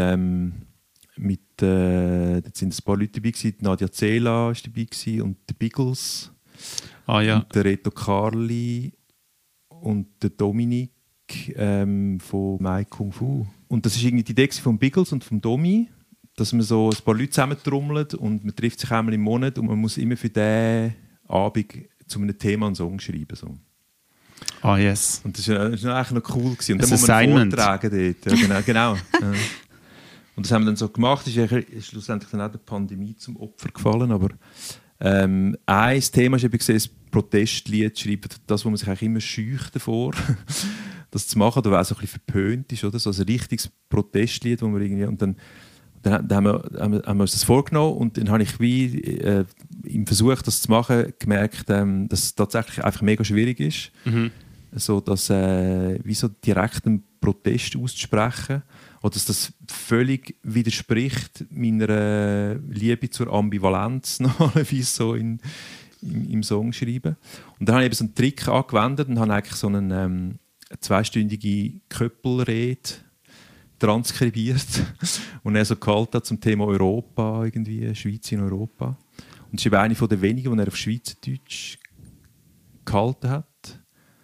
da sind ein paar Leute dabei gewesen. Nadja Zela war dabei gewesen, und die Biggles. Ah ja. Und der Reto Carli und der Dominik von Mai Kung Fu. Und das war irgendwie die Idee von Biggles und vom Domi, dass man so ein paar Leute zusammentrommelt und man trifft sich einmal im Monat und man muss immer für diesen Abend zu einem Thema einen Song schreiben. So. Ah, yes. Und das war eigentlich noch cool gewesen. Und ein dann muss man Assignment. vortragen dort. Ja, genau. Ja. Und das haben wir dann so gemacht. Ist schlussendlich dann auch der Pandemie zum Opfer gefallen. Aber ein Thema ist eben das Protestlied schreiben, das, wo man sich eigentlich immer scheucht davor, das zu machen, oder auch so ein bisschen verpönt ist, oder? So ein richtiges Protestlied, wo man irgendwie... Und dann haben wir uns das vorgenommen und dann habe ich im Versuch, das zu machen, gemerkt, dass es tatsächlich einfach mega schwierig ist, so dass wie so direkt einen Protest auszusprechen, oder dass das völlig widerspricht meiner Liebe zur Ambivalenz normalerweise so im Song schreiben. Und dann habe ich eben so einen Trick angewendet und habe eigentlich so eine 2-stündige Köppelrede transkribiert und er so gehalten hat zum Thema Europa, irgendwie Schweiz in Europa. Und das ist eben eine von den wenigen, die er auf Schweizerdeutsch gehalten hat.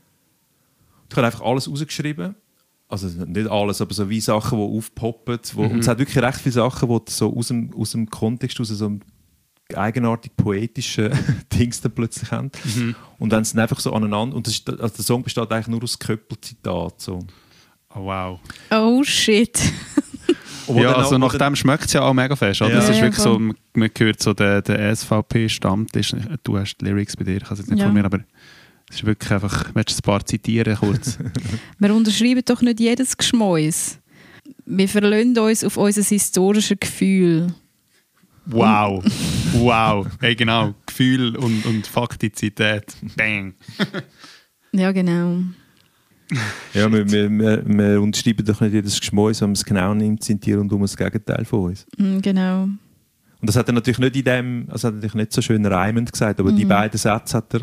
Ich habe einfach alles rausgeschrieben. Also nicht alles, aber so wie Sachen, die aufpoppen. Und es hat wirklich recht viele Sachen, die so aus dem Kontext, aus so einem eigenartig poetischen Dings dann plötzlich haben. Und dann sind einfach so aneinander. Und der Song besteht eigentlich nur aus Köppel-Zitat. So. Oh, wow. Oh shit. Ja, also nach dem schmeckt es ja auch mega fest. Oder? Ja. Das ist Ja, wirklich voll. so, man hört so der SVP-Stammtisch. Du hast die Lyrics bei dir, ich kann es jetzt nicht Ja. von mir, aber es ist wirklich einfach, willst du ein paar zitieren kurz? Wir unterschreiben doch nicht jedes Geschmäus. Wir verlassen uns auf unser historisches Gefühl. Wow. Wow. Hey, genau. Gefühl und Faktizität. Bang. Ja, genau. Ja, wir unterschreiben doch nicht jedes Geschmäus, wenn man es genau nimmt, sind die rundum das Gegenteil von uns. Genau. Und das hat er natürlich nicht hat er natürlich nicht so schön reimend gesagt, aber die beiden Sätze hat er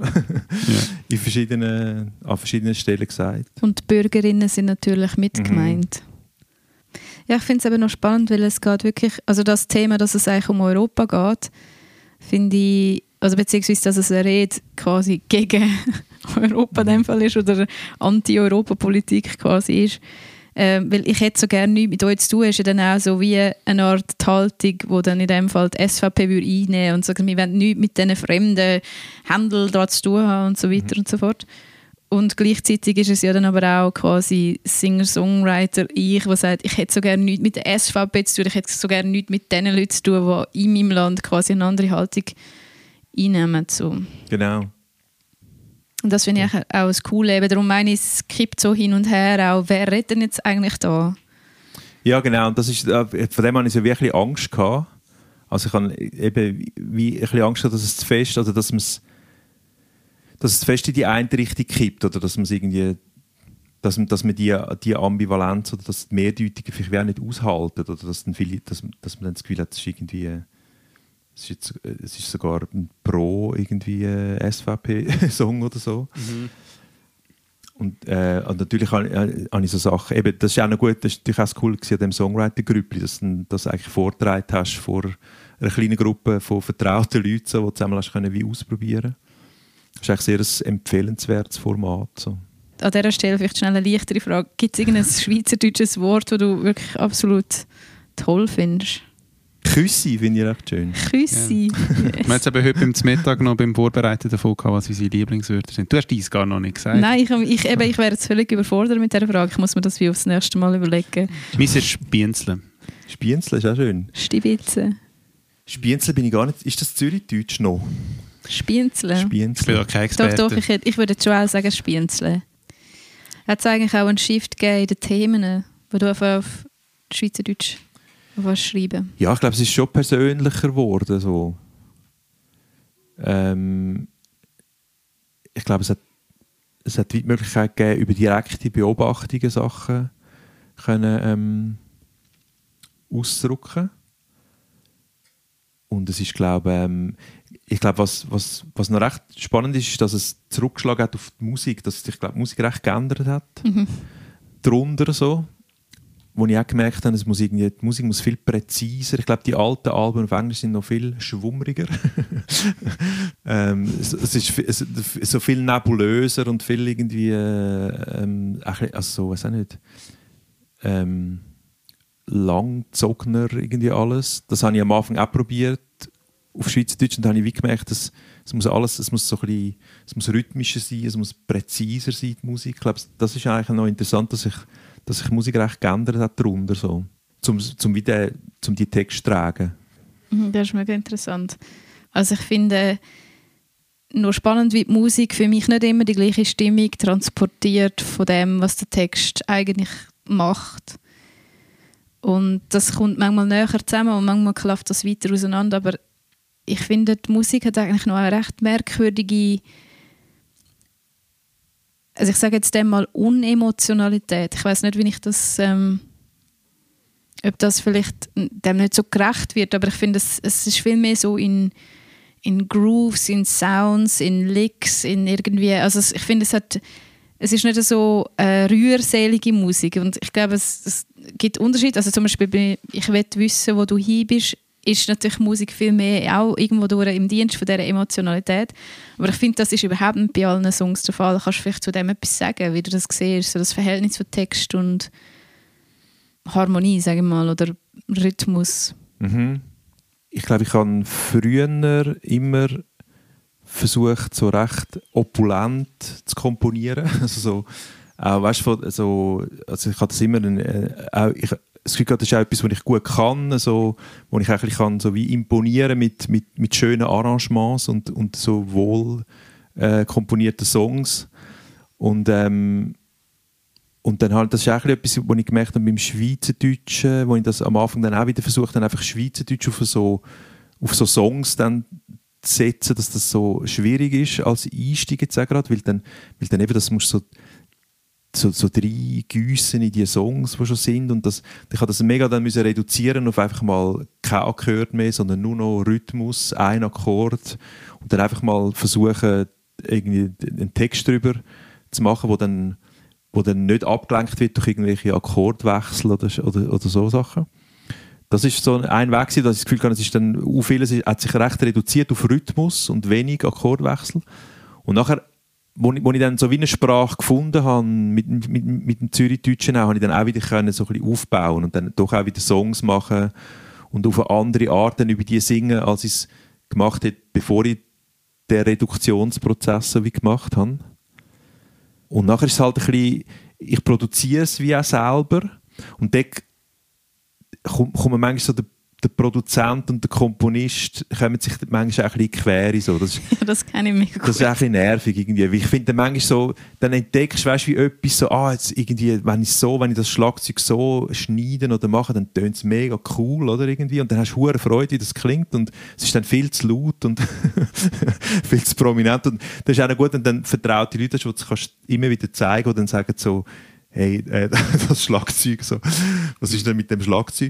an verschiedenen Stellen gesagt. Und die Bürgerinnen sind natürlich mit gemeint. Ja, ich finde es eben noch spannend, weil es geht wirklich, also das Thema, dass es eigentlich um Europa geht, finde ich, also beziehungsweise, dass es eine Rede quasi gegen Europa in dem Fall ist oder Anti-Europa-Politik quasi ist. Weil ich hätte so gerne nichts mit euch zu tun, ist ja dann auch so wie eine Art die Haltung, die dann in dem Fall die SVP würde einnehmen und sagen, wir wollen nichts mit diesen fremden Händlern da zu tun haben und so weiter und so fort. Und gleichzeitig ist es ja dann aber auch quasi Singer-Songwriter der sagt, ich hätte so gerne nichts mit der SVP zu tun, ich hätte so gerne nichts mit den Leuten zu tun, die in meinem Land quasi eine andere Haltung einnehmen. So. Genau. Und das finde ich auch das Coole. Eben darum meine ich, es kippt so hin und her auch. Wer redet denn jetzt eigentlich da? Ja, genau. Und das ist, von dem hatte ich so wirklich Angst gehabt. Also ich habe eben wie ein bisschen Angst gehabt, dass es zu fest, also dass es zu fest in die eine Richtung kippt oder dass man es irgendwie, dass man die Ambivalenz oder das Mehrdeutige vielleicht auch nicht aushalten oder dass man dann das Gefühl hat, es ist irgendwie es ist sogar ein Pro irgendwie SVP-Song oder so. Und natürlich habe ich so Sachen, eben, das ist auch noch gut, das ist natürlich auch cool an dem Songwriter-Grüppli, dass du das eigentlich vorgetragen hast vor einer kleinen Gruppe von vertrauten Leuten, so, die du zusammen hast können, wie ausprobieren. Das ist eigentlich sehr ein empfehlenswertes Format. So. an dieser Stelle vielleicht schnell eine leichtere Frage. Gibt es irgendein schweizerdeutsches Wort, das du wirklich absolut toll findest? Küssi finde ich recht schön. Küssi. Ja. Wir haben jetzt eben heute beim Mittag noch beim Vorbereiten davon gehabt, was unsere Lieblingswörter sind. Du hast dies gar noch nicht gesagt. Nein, ich wäre jetzt völlig überfordert mit dieser Frage. Ich muss mir das wie aufs nächste Mal überlegen. Meins ist Spienzle. Spienzle ist auch schön. Stibitze. Spienzle bin ich gar nicht... Ist das Zürichdeutsch noch? Spienzle. Ich bin auch kein Experte. Doch, ich würde jetzt schon auch sagen Spienzle. Hat es eigentlich auch einen Shift gegeben in den Themen, wo du auf Schweizerdeutsch schreiben? Ja, ich glaube, es ist schon persönlicher geworden. So. Ich glaube, es hat die Möglichkeit gegeben, über direkte Beobachtungen Sachen können, auszudrücken. Und es ist, glaube ich glaube, was noch recht spannend ist, dass es zurückgeschlagen hat auf die Musik, dass sich, glaube, die Musik recht geändert hat. Mhm. Darunter so, wo ich auch gemerkt habe, die Musik muss viel präziser. Ich glaube, die alten Alben auf Englisch sind noch viel schwummriger. Es ist so viel nebulöser und viel irgendwie, also weiß auch nicht, langgezogener irgendwie alles. Das habe ich am Anfang auch probiert auf Schweizerdeutsch und da habe ich wie gemerkt, dass es muss so ein bisschen, es muss rhythmischer sein, es muss präziser sein, die Musik. Ich glaube, das ist eigentlich noch interessant, dass sich Musik recht geändert hat darunter, so. Zum die Texte zu tragen. Das ist mega interessant. Also ich finde nur spannend, wie die Musik für mich nicht immer die gleiche Stimmung transportiert von dem, was der Text eigentlich macht. Und das kommt manchmal näher zusammen und manchmal klafft das weiter auseinander, aber ich finde, die Musik hat eigentlich noch eine recht merkwürdige, also ich sage jetzt dem mal Unemotionalität. Ich weiß nicht, wie ich das, ob das vielleicht dem nicht so gerecht wird, aber ich finde, es ist viel mehr so in Grooves, in Sounds, in Licks, in irgendwie, also ich finde, es ist nicht so rührselige Musik und ich glaube, es gibt Unterschiede. Also zum Beispiel, ich will wissen, wo du hin bist, ist natürlich Musik viel mehr auch irgendwo durch im Dienst von dieser Emotionalität. Aber ich finde, das ist überhaupt nicht bei allen Songs der Fall. Kannst du vielleicht zu dem etwas sagen, wie du das siehst, so das Verhältnis von Text und Harmonie, sagen wir mal, oder Rhythmus? Mhm. Ich glaube, ich habe früher immer versucht, so recht opulent zu komponieren. Also so, weißt du, also ich habe das immer das Gefühl, das ist auch etwas, was ich gut kann, so, wo ich eigentlich kann, so wie imponieren mit schönen Arrangements und so wohl komponierten Songs. Und dann halt, das ist eigentlich etwas, was ich gemerkt habe beim Schweizerdeutschen, wo ich das am Anfang dann auch wieder versucht habe, einfach Schweizerdeutsch auf so Songs dann zu setzen, dass das so schwierig ist als Einstieg jetzt auch gerade, weil dann eben, das musst so reingiessen in die Songs, die schon sind, und ich habe das mega dann müssen reduzieren auf einfach mal kein Akkord mehr, sondern nur noch Rhythmus, ein Akkord, und dann einfach mal versuchen, irgendwie einen Text darüber zu machen, wo dann nicht abgelenkt wird durch irgendwelche Akkordwechsel oder so Sachen. Das ist so ein Weg, dass ich das Gefühl habe, es ist dann, vieles hat sich recht reduziert auf Rhythmus und wenig Akkordwechsel. Und nachher, wo ich dann so wie eine Sprache gefunden habe, mit dem Zürichdeutschen auch, habe ich dann auch wieder können so ein bisschen aufbauen und dann doch auch wieder Songs machen und auf eine andere Art dann über die singen, als ich es gemacht habe, bevor ich den Reduktionsprozess so wie gemacht habe. Und nachher ist es halt ein bisschen, ich produziere es wie auch selber und dort kommen manchmal so der Produzent und der Komponist kommen sich manchmal auch ein bisschen quer. So. Das kenne ich mega gut. Das ist auch ein bisschen nervig irgendwie. Ich finde dann manchmal so, dann entdeckst du, weißt, wie etwas so, jetzt irgendwie, wenn ich das Schlagzeug so schneiden oder mache, dann tönt es mega cool, oder irgendwie. Und dann hast du hohe Freude, wie das klingt, und es ist dann viel zu laut und viel zu prominent. Und das ist auch noch gut, und dann vertraute Leute, die du kannst immer wieder zeigen und dann sagen so, hey, das Schlagzeug, so, was ist denn mit dem Schlagzeug?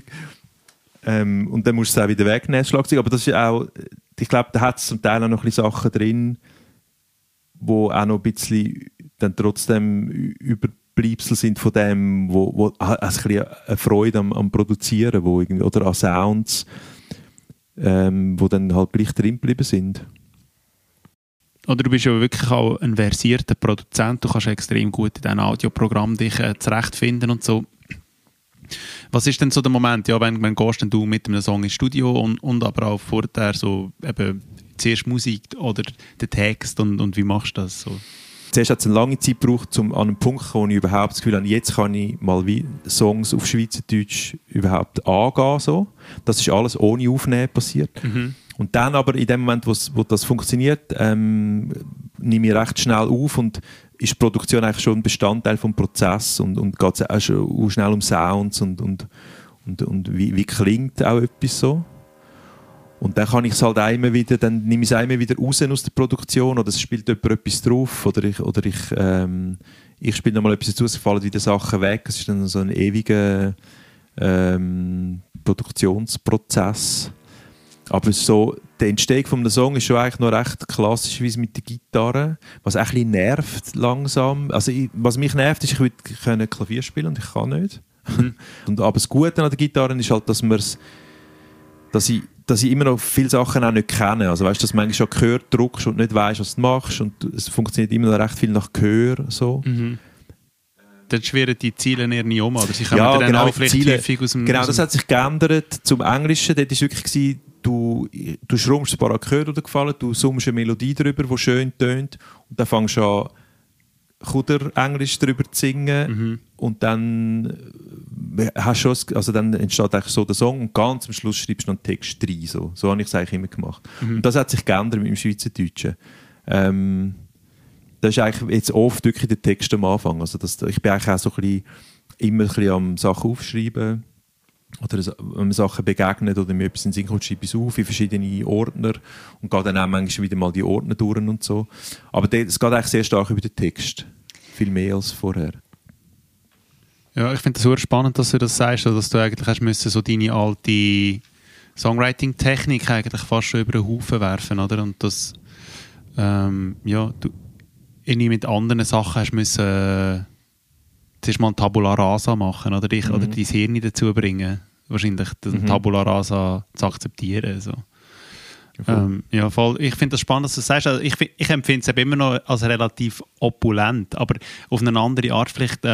Und dann musst du es auch wieder wegnehmen, das Schlagzeug. Aber das ist auch, ich glaube, da hat es zum Teil auch noch ein bisschen Sachen drin, die auch noch ein bisschen dann trotzdem Überbleibsel sind von dem, wo also ein bisschen eine Freude am Produzieren, oder an Sounds, wo dann halt gleich drin geblieben sind. oder du bist ja wirklich auch ein versierter Produzent, du kannst extrem gut in diesem Audioprogramm dich zurechtfinden und so. Was ist denn so der Moment, ja, wenn gehst denn du mit einem Song ins Studio und aber auch vorher so eben zuerst Musik oder den Text und wie machst du das so? Zuerst hat es eine lange Zeit gebraucht, um an einen Punkt zu kommen, wo ich überhaupt das Gefühl habe, jetzt kann ich mal wie Songs auf Schweizerdeutsch überhaupt angehen. So. Das ist alles ohne Aufnehmen passiert. Mhm. Und dann aber in dem Moment, wo das funktioniert, nehme ich recht schnell auf und ist die Produktion eigentlich schon ein Bestandteil des Prozesses und geht es auch schon schnell um Sounds und wie klingt auch etwas so. Und dann kann ich es halt immer wieder, dann nehme ich es immer wieder raus aus der Produktion oder es spielt jemand etwas drauf oder ich spiele nochmal etwas dazu, es fallen wieder Sachen weg. Es ist dann so ein ewiger Produktionsprozess. Aber so, die Entstehung von einem Song ist schon eigentlich noch recht klassischerweise mit der Gitarre, was auch ein bisschen nervt langsam. Also was mich nervt, ist, ich würde Klavier spielen und ich kann nicht. Mhm. Aber das Gute an der Gitarre ist halt, dass ich immer noch viele Sachen auch nicht kenne. Also weißt du, dass du manchmal schon Gehör drückst und nicht weißt, was du machst und es funktioniert immer noch recht viel nach Gehör. So. Mhm. Dann schwirren die Ziele eher nie um, oder? Sie kommen ja, dann genau, auch vielleicht häufig aus dem... Genau, das hat sich geändert zum Englischen. Dort war wirklich, du schrumpfst ein paar Akkorde gefallen, du summst eine Melodie drüber, die schön tönt und dann fängst du an, Englisch drüber zu singen und dann dann entsteht eigentlich so der Song und ganz am Schluss schreibst du noch einen Text rein. So habe ich es eigentlich immer gemacht. Und das hat sich geändert mit dem Schweizerdeutschen. Das ist eigentlich jetzt oft wirklich der Text am Anfang. Also ich bin eigentlich auch so immer ein bisschen am Sachen aufschreiben oder wenn mir Sachen begegnet oder mir etwas in den Sinn kommt, schreibe ich es auf in verschiedene Ordner und gehe dann auch manchmal wieder mal die Ordner durch und so. Aber es geht eigentlich sehr stark über den Text. Viel mehr als vorher. Ja, ich finde es super spannend, dass du das sagst, dass du eigentlich hast müssen so deine alte Songwriting-Technik eigentlich fast schon über den Haufen werfen, oder? Und das du irgendwie mit anderen Sachen hast müssen zuerst mal ein Tabula Rasa machen oder dich oder dein Hirn dazu bringen, wahrscheinlich den Tabula Rasa zu akzeptieren. So. Ja, voll. Ich finde das spannend, dass du das sagst. Also ich empfinde es immer noch als relativ opulent, aber auf eine andere Art vielleicht.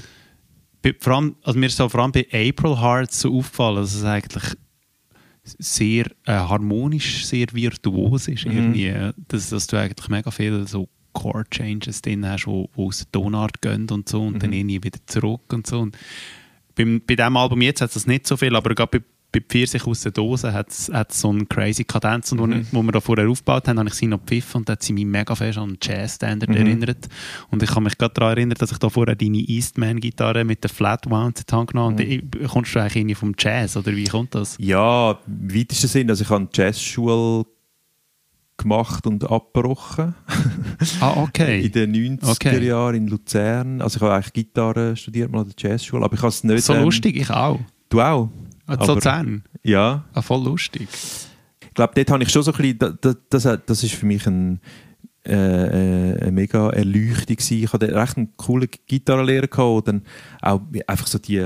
Vor allem, also mir ist so vor allem bei April Hearts so aufgefallen, dass es eigentlich sehr harmonisch, sehr virtuos ist. Irgendwie, dass du eigentlich mega viele so Chord-Changes drin hast, die aus der Tonart gehen und so und dann irgendwie wieder zurück und so. Und bei diesem Album jetzt hat es das nicht so viel, aber gerade bei Pfirsich aus der Dose hat es so eine crazy Kadenz, wo wir da vorher aufgebaut haben, habe ich sie noch gepfiffen und da hat sie mich mega fest an einen Jazz-Standard erinnert. Und ich kann mich gerade daran erinnern, dass ich da vorher deine Eastman-Gitarre mit der Flat-Wound in die Hand genommen habe. Kommst du eigentlich irgendwie vom Jazz, oder wie kommt das? Ja, im weitesten Sinn. Also ich habe eine Jazzschule gemacht und abgebrochen. Okay. In den 90er Jahren in Luzern. Also ich habe eigentlich Gitarre studiert, mal an der Jazzschule, aber ich habe es nicht... So lustig, ich auch. Du auch? Luzern? Ja. Voll lustig. Ich glaube, dort habe ich schon so ein bisschen... Das ist für mich eine mega Erleuchtung gewesen. Ich hatte recht einen coolen Gitarrenlehrer gehabt, der dann auch einfach so die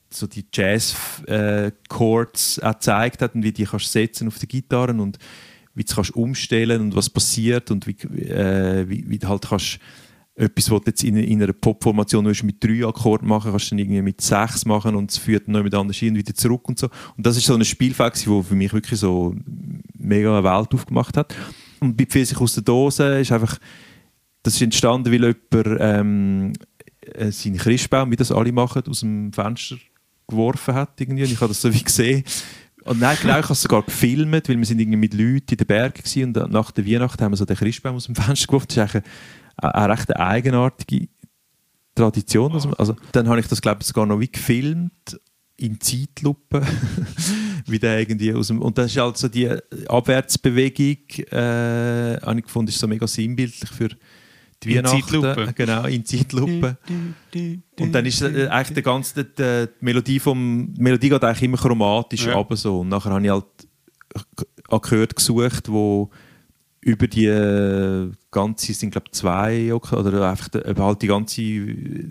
Jazz-Chords gezeigt hat und wie die kannst setzen auf der Gitarre und wie du kannst umstellen und was passiert und wie du halt kannst etwas, was du jetzt in einer Pop-Formation mit 3 Akkorden machen kannst du dann irgendwie mit 6 machen und es führt noch mit anders hin und wieder zurück und so. Und das ist so ein Spielfeld, das für mich wirklich so mega eine Welt aufgemacht hat. Und bei Pfirsich aus der Dose ist einfach, das ist entstanden, weil jemand seinen Christbaum, wie das alle machen, aus dem Fenster geworfen hat irgendwie. Und ich habe das so wie gesehen. Und nein, genau, ich habe es sogar gefilmt, weil wir sind irgendwie mit Leuten in den Bergen waren und nach der Weihnacht haben wir so den Christbaum aus dem Fenster geworfen. Das ist eigentlich eine recht eigenartige Tradition. Also, dann habe ich das, glaube ich, sogar noch wie gefilmt, in Zeitlupe. Wie der irgendwie aus dem, und dann ist halt so die Abwärtsbewegung, habe ich gefunden, ist so mega sinnbildlich für die Weihnachten. Zeitlupe. Genau, in Zeitlupe. Und dann ist eigentlich die Melodie geht eigentlich immer chromatisch runter so. Und nachher habe ich halt Akkorde gesucht, wo über die ganze, es sind glaube ich 2 oder einfach halt die ganze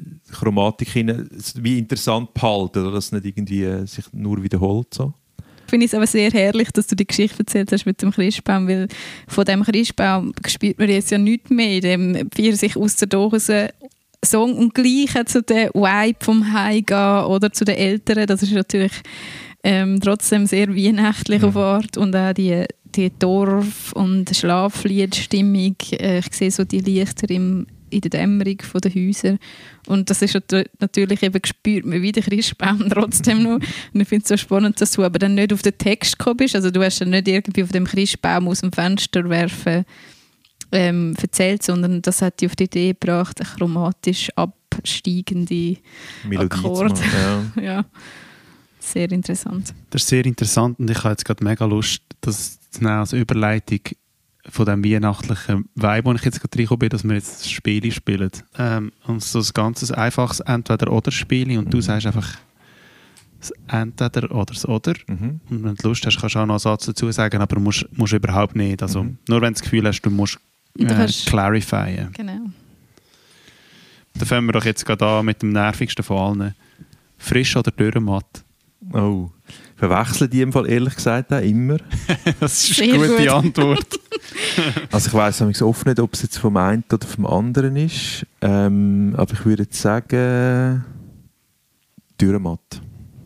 Chromatik hin, wie interessant behalten, oder dass es nicht irgendwie sich nur wiederholt so. finde ich es aber sehr herrlich, dass du die Geschichte erzählt hast mit dem Christbaum, weil von dem Christbaum spürt man jetzt ja nichts mehr, in dem Pfirsich aus der Dose Song und gleich zu der Vibe vom Heimgehen oder zu den Eltern, das ist natürlich trotzdem sehr weihnachtlich auf Art und auch die Dorf- und Schlafliedstimmung, ich sehe so die Lichter in der Dämmerung der Häuser und das ist natürlich eben gespürt man wie der Christbaum trotzdem noch und ich finde es so spannend, dass du aber dann nicht auf den Text gekommen bist, also du hast dann nicht irgendwie auf dem Christbaum aus dem Fenster werfen erzählt, sondern das hat dich auf die Idee gebracht, eine chromatisch absteigende Melodie Akkorde. zu machen, ja. Ja, sehr interessant. Das ist sehr interessant und ich habe jetzt gerade mega Lust, das zu nehmen als Überleitung von dem weihnachtlichen Vibe, wo ich jetzt gerade reingekommen bin, dass wir jetzt Spiele spielen. Und so ein ganz einfaches Entweder-Oder-Spiel und du sagst einfach das Entweder oder das Oder. Und wenn du Lust hast, kannst du auch noch einen Satz dazu sagen, aber musst überhaupt nicht. Also, nur wenn du das Gefühl hast, du musst clarifyen. Genau. Dann fangen wir doch jetzt gerade an mit dem nervigsten von allen. Frisch oder Dürrematt? Oh, verwechseln die im Fall ehrlich gesagt auch immer. Das ist Sehr eine gute gut. Antwort. Also ich weiss oft nicht, ob es jetzt vom einen oder vom anderen ist. Aber ich würde jetzt sagen Dürrematt.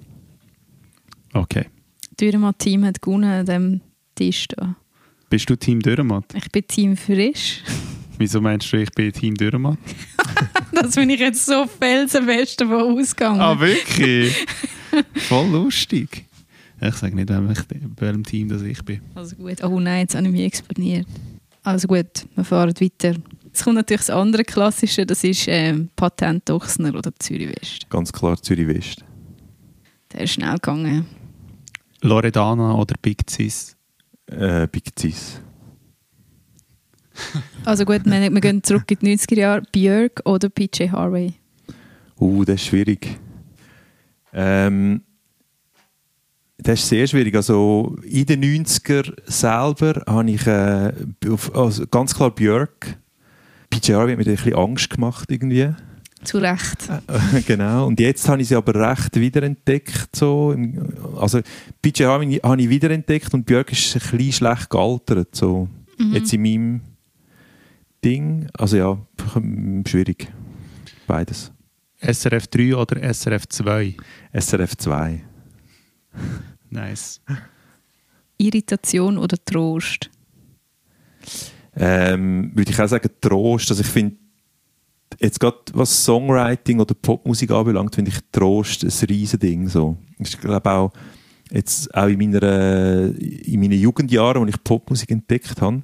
Okay. Dürrematt-Team hat gewonnen an diesem Tisch da. Bist du Team Dürrematt? Ich bin Team Frisch. Wieso meinst du, ich bin Team Dürrematt? Das bin ich jetzt so felsenfest davon ausgegangen. Ah, wirklich? Voll lustig. Ich sage nicht, welchem Team das ich bin. Also gut. Oh nein, jetzt habe ich mich exponiert. Also gut, wir fahren weiter. Jetzt kommt natürlich das andere Klassische, das ist Patent Ochsner oder Zürich West. Ganz klar Zürich West. Der ist schnell gegangen. Loredana oder Big Cis? Big Cis. Also gut, wir gehen zurück in die 90er Jahre. Björk oder PJ Harvey? Das ist schwierig. Das ist sehr schwierig. Also in den 90er selber habe ich also ganz klar Björk. PJ Harvey hat mir ein bisschen Angst gemacht irgendwie. Zu Recht. Genau. Und jetzt habe ich sie aber recht wiederentdeckt. So. Also PJ Harvey habe ich wiederentdeckt und Björk ist ein bisschen schlecht gealtert. So. Jetzt in meinem Ding. Also ja, schwierig. Beides. SRF 3 oder SRF 2? SRF 2. Nice. Irritation oder Trost? Würde ich auch sagen Trost. Also ich finde, jetzt gerade was Songwriting oder Popmusik anbelangt, finde ich Trost ein Riesending. So. Ich glaube auch, jetzt auch in meinen Jugendjahren, als ich Popmusik entdeckt habe,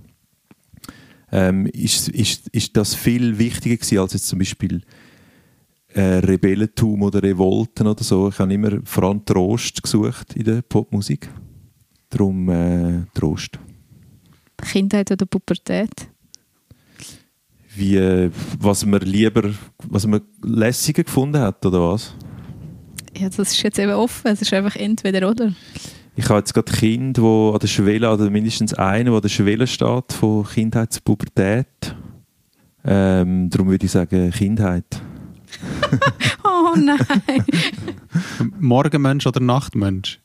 ist das viel wichtiger gewesen, als jetzt zum Beispiel Rebellentum oder Revolten oder so. Ich habe immer vor allem Trost gesucht in der Popmusik. Darum Trost. Kindheit oder Pubertät? Was man lässiger gefunden hat, oder was? Ja, das ist jetzt eben offen. Es ist einfach entweder oder. Ich habe jetzt gerade Kinder, die an der Schwelle, oder mindestens einen, der an der Schwelle steht, von Kindheit zu Pubertät. Darum würde ich sagen Kindheit. Oh nein! Morgenmensch oder Nachtmensch?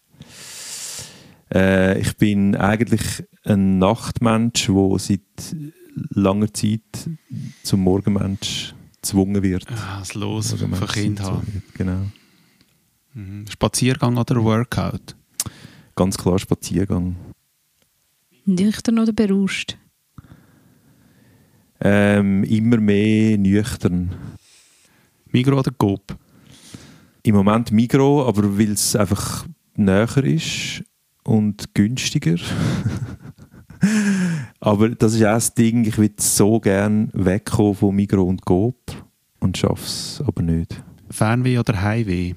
Ich bin eigentlich ein Nachtmensch, der seit langer Zeit zum Morgenmensch gezwungen wird. Das Los von Kind haben. Genau. Spaziergang oder Workout? Ganz klar Spaziergang. Nüchtern oder berauscht? Immer mehr nüchtern. Migros oder Coop? Im Moment Migros, aber weil es einfach näher ist und günstiger. Aber das ist auch das Ding, ich würde so gerne wegkommen von Migros und Coop und schaffe es aber nicht. Fernweh oder Heimweh?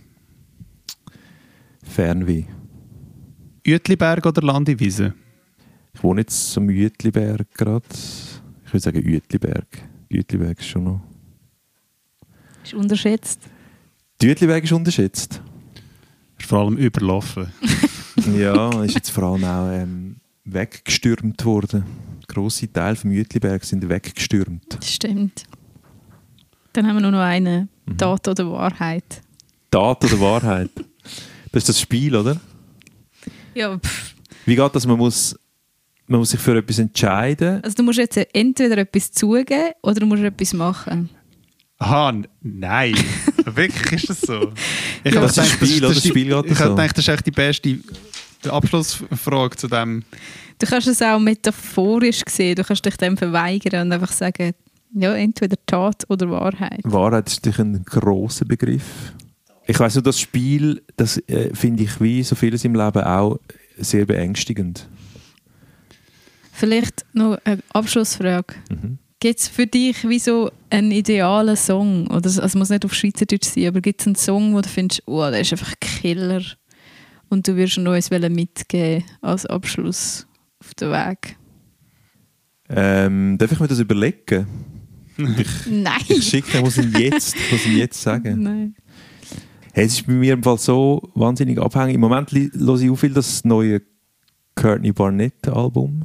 Fernweh. Uetliberg oder Landiwiese? Ich wohne jetzt am Uetliberg gerade. Ich würde sagen Uetliberg. Uetliberg ist schon noch... Ist unterschätzt. Die Uetliberg ist unterschätzt. Ist vor allem überlaufen. Ja, ist jetzt vor allem auch weggestürmt worden. Grosse Teile vom Uetliberg sind weggestürmt. Stimmt. Dann haben wir nur noch eine. Tat oder Wahrheit? Tat oder Wahrheit? Das ist das Spiel, oder? Ja, Wie geht das? Man muss sich für etwas entscheiden. also du musst jetzt entweder etwas zugeben oder du musst etwas machen. Aha, nein. Wirklich ist das so? Ich Das ist ein Spiel, oder? Das Spiel geht ich so. habe gedacht, das ist echt die beste Abschlussfrage zu dem. Du kannst es auch metaphorisch sehen, du kannst dich dem verweigern und einfach sagen, ja, entweder Tat oder Wahrheit. Wahrheit ist natürlich ein grosser Begriff. Ich weiss nur, das Spiel, das finde ich wie so vieles im Leben auch sehr beängstigend. Vielleicht noch eine Abschlussfrage. Gibt es für dich wie so einen idealen Song? Oder, also es muss nicht auf Schweizerdeutsch sein, aber gibt es einen Song, wo du findest, oh, der ist einfach Killer und du würdest noch uns mitgeben als Abschluss auf den Weg? Darf ich mir das überlegen? Nein! Ich schicke, ich muss ihn jetzt sagen. Nein. Hey, es ist bei mir im Fall so wahnsinnig abhängig. Im Moment höre ich auch viel das neue Courtney Barnett Album.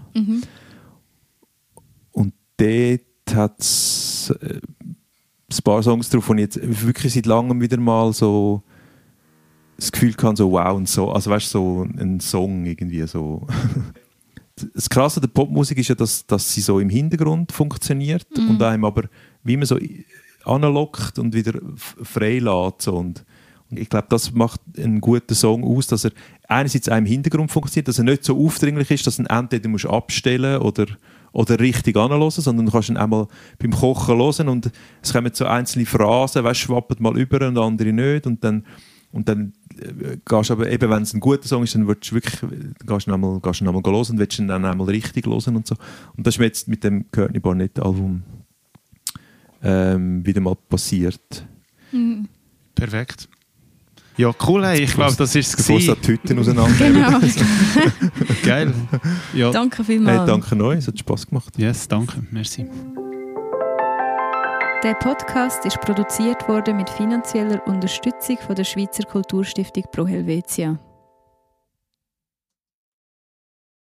Und dort hat es ein paar Songs drauf, und jetzt wirklich seit langem wieder mal so das Gefühl kann, so wow, und so, also weißt du, so ein Song irgendwie so. Das Krasse an der Popmusik ist ja, dass sie so im Hintergrund funktioniert und einem aber, wie man so anlockt und wieder frei lässt. So. Und ich glaube, das macht einen guten Song aus, dass er einerseits auch im Hintergrund funktioniert, dass er nicht so aufdringlich ist, dass du ihn entweder musst abstellen oder richtig anhören, sondern du kannst ihn einmal beim Kochen hören und es kommen so einzelne Phrasen, weißt, schwappen mal über und andere nicht, und dann gehst du aber eben, wenn es ein guter Song ist, dann willst du wirklich, gehst du ihn einmal hören und willst ihn dann einmal richtig hören und so. Und das ist mir jetzt mit dem Courtney Barnett Album wieder mal passiert. Perfekt. Ja, cool, hey. Ich glaube, das ist es. Bevor es die Hütten auseinander. Genau. Geil. Ja. Danke vielmals. Hey, danke euch, es hat Spass gemacht. Yes, danke. Merci. Der Podcast ist produziert worden mit finanzieller Unterstützung von der Schweizer Kulturstiftung Pro Helvetia.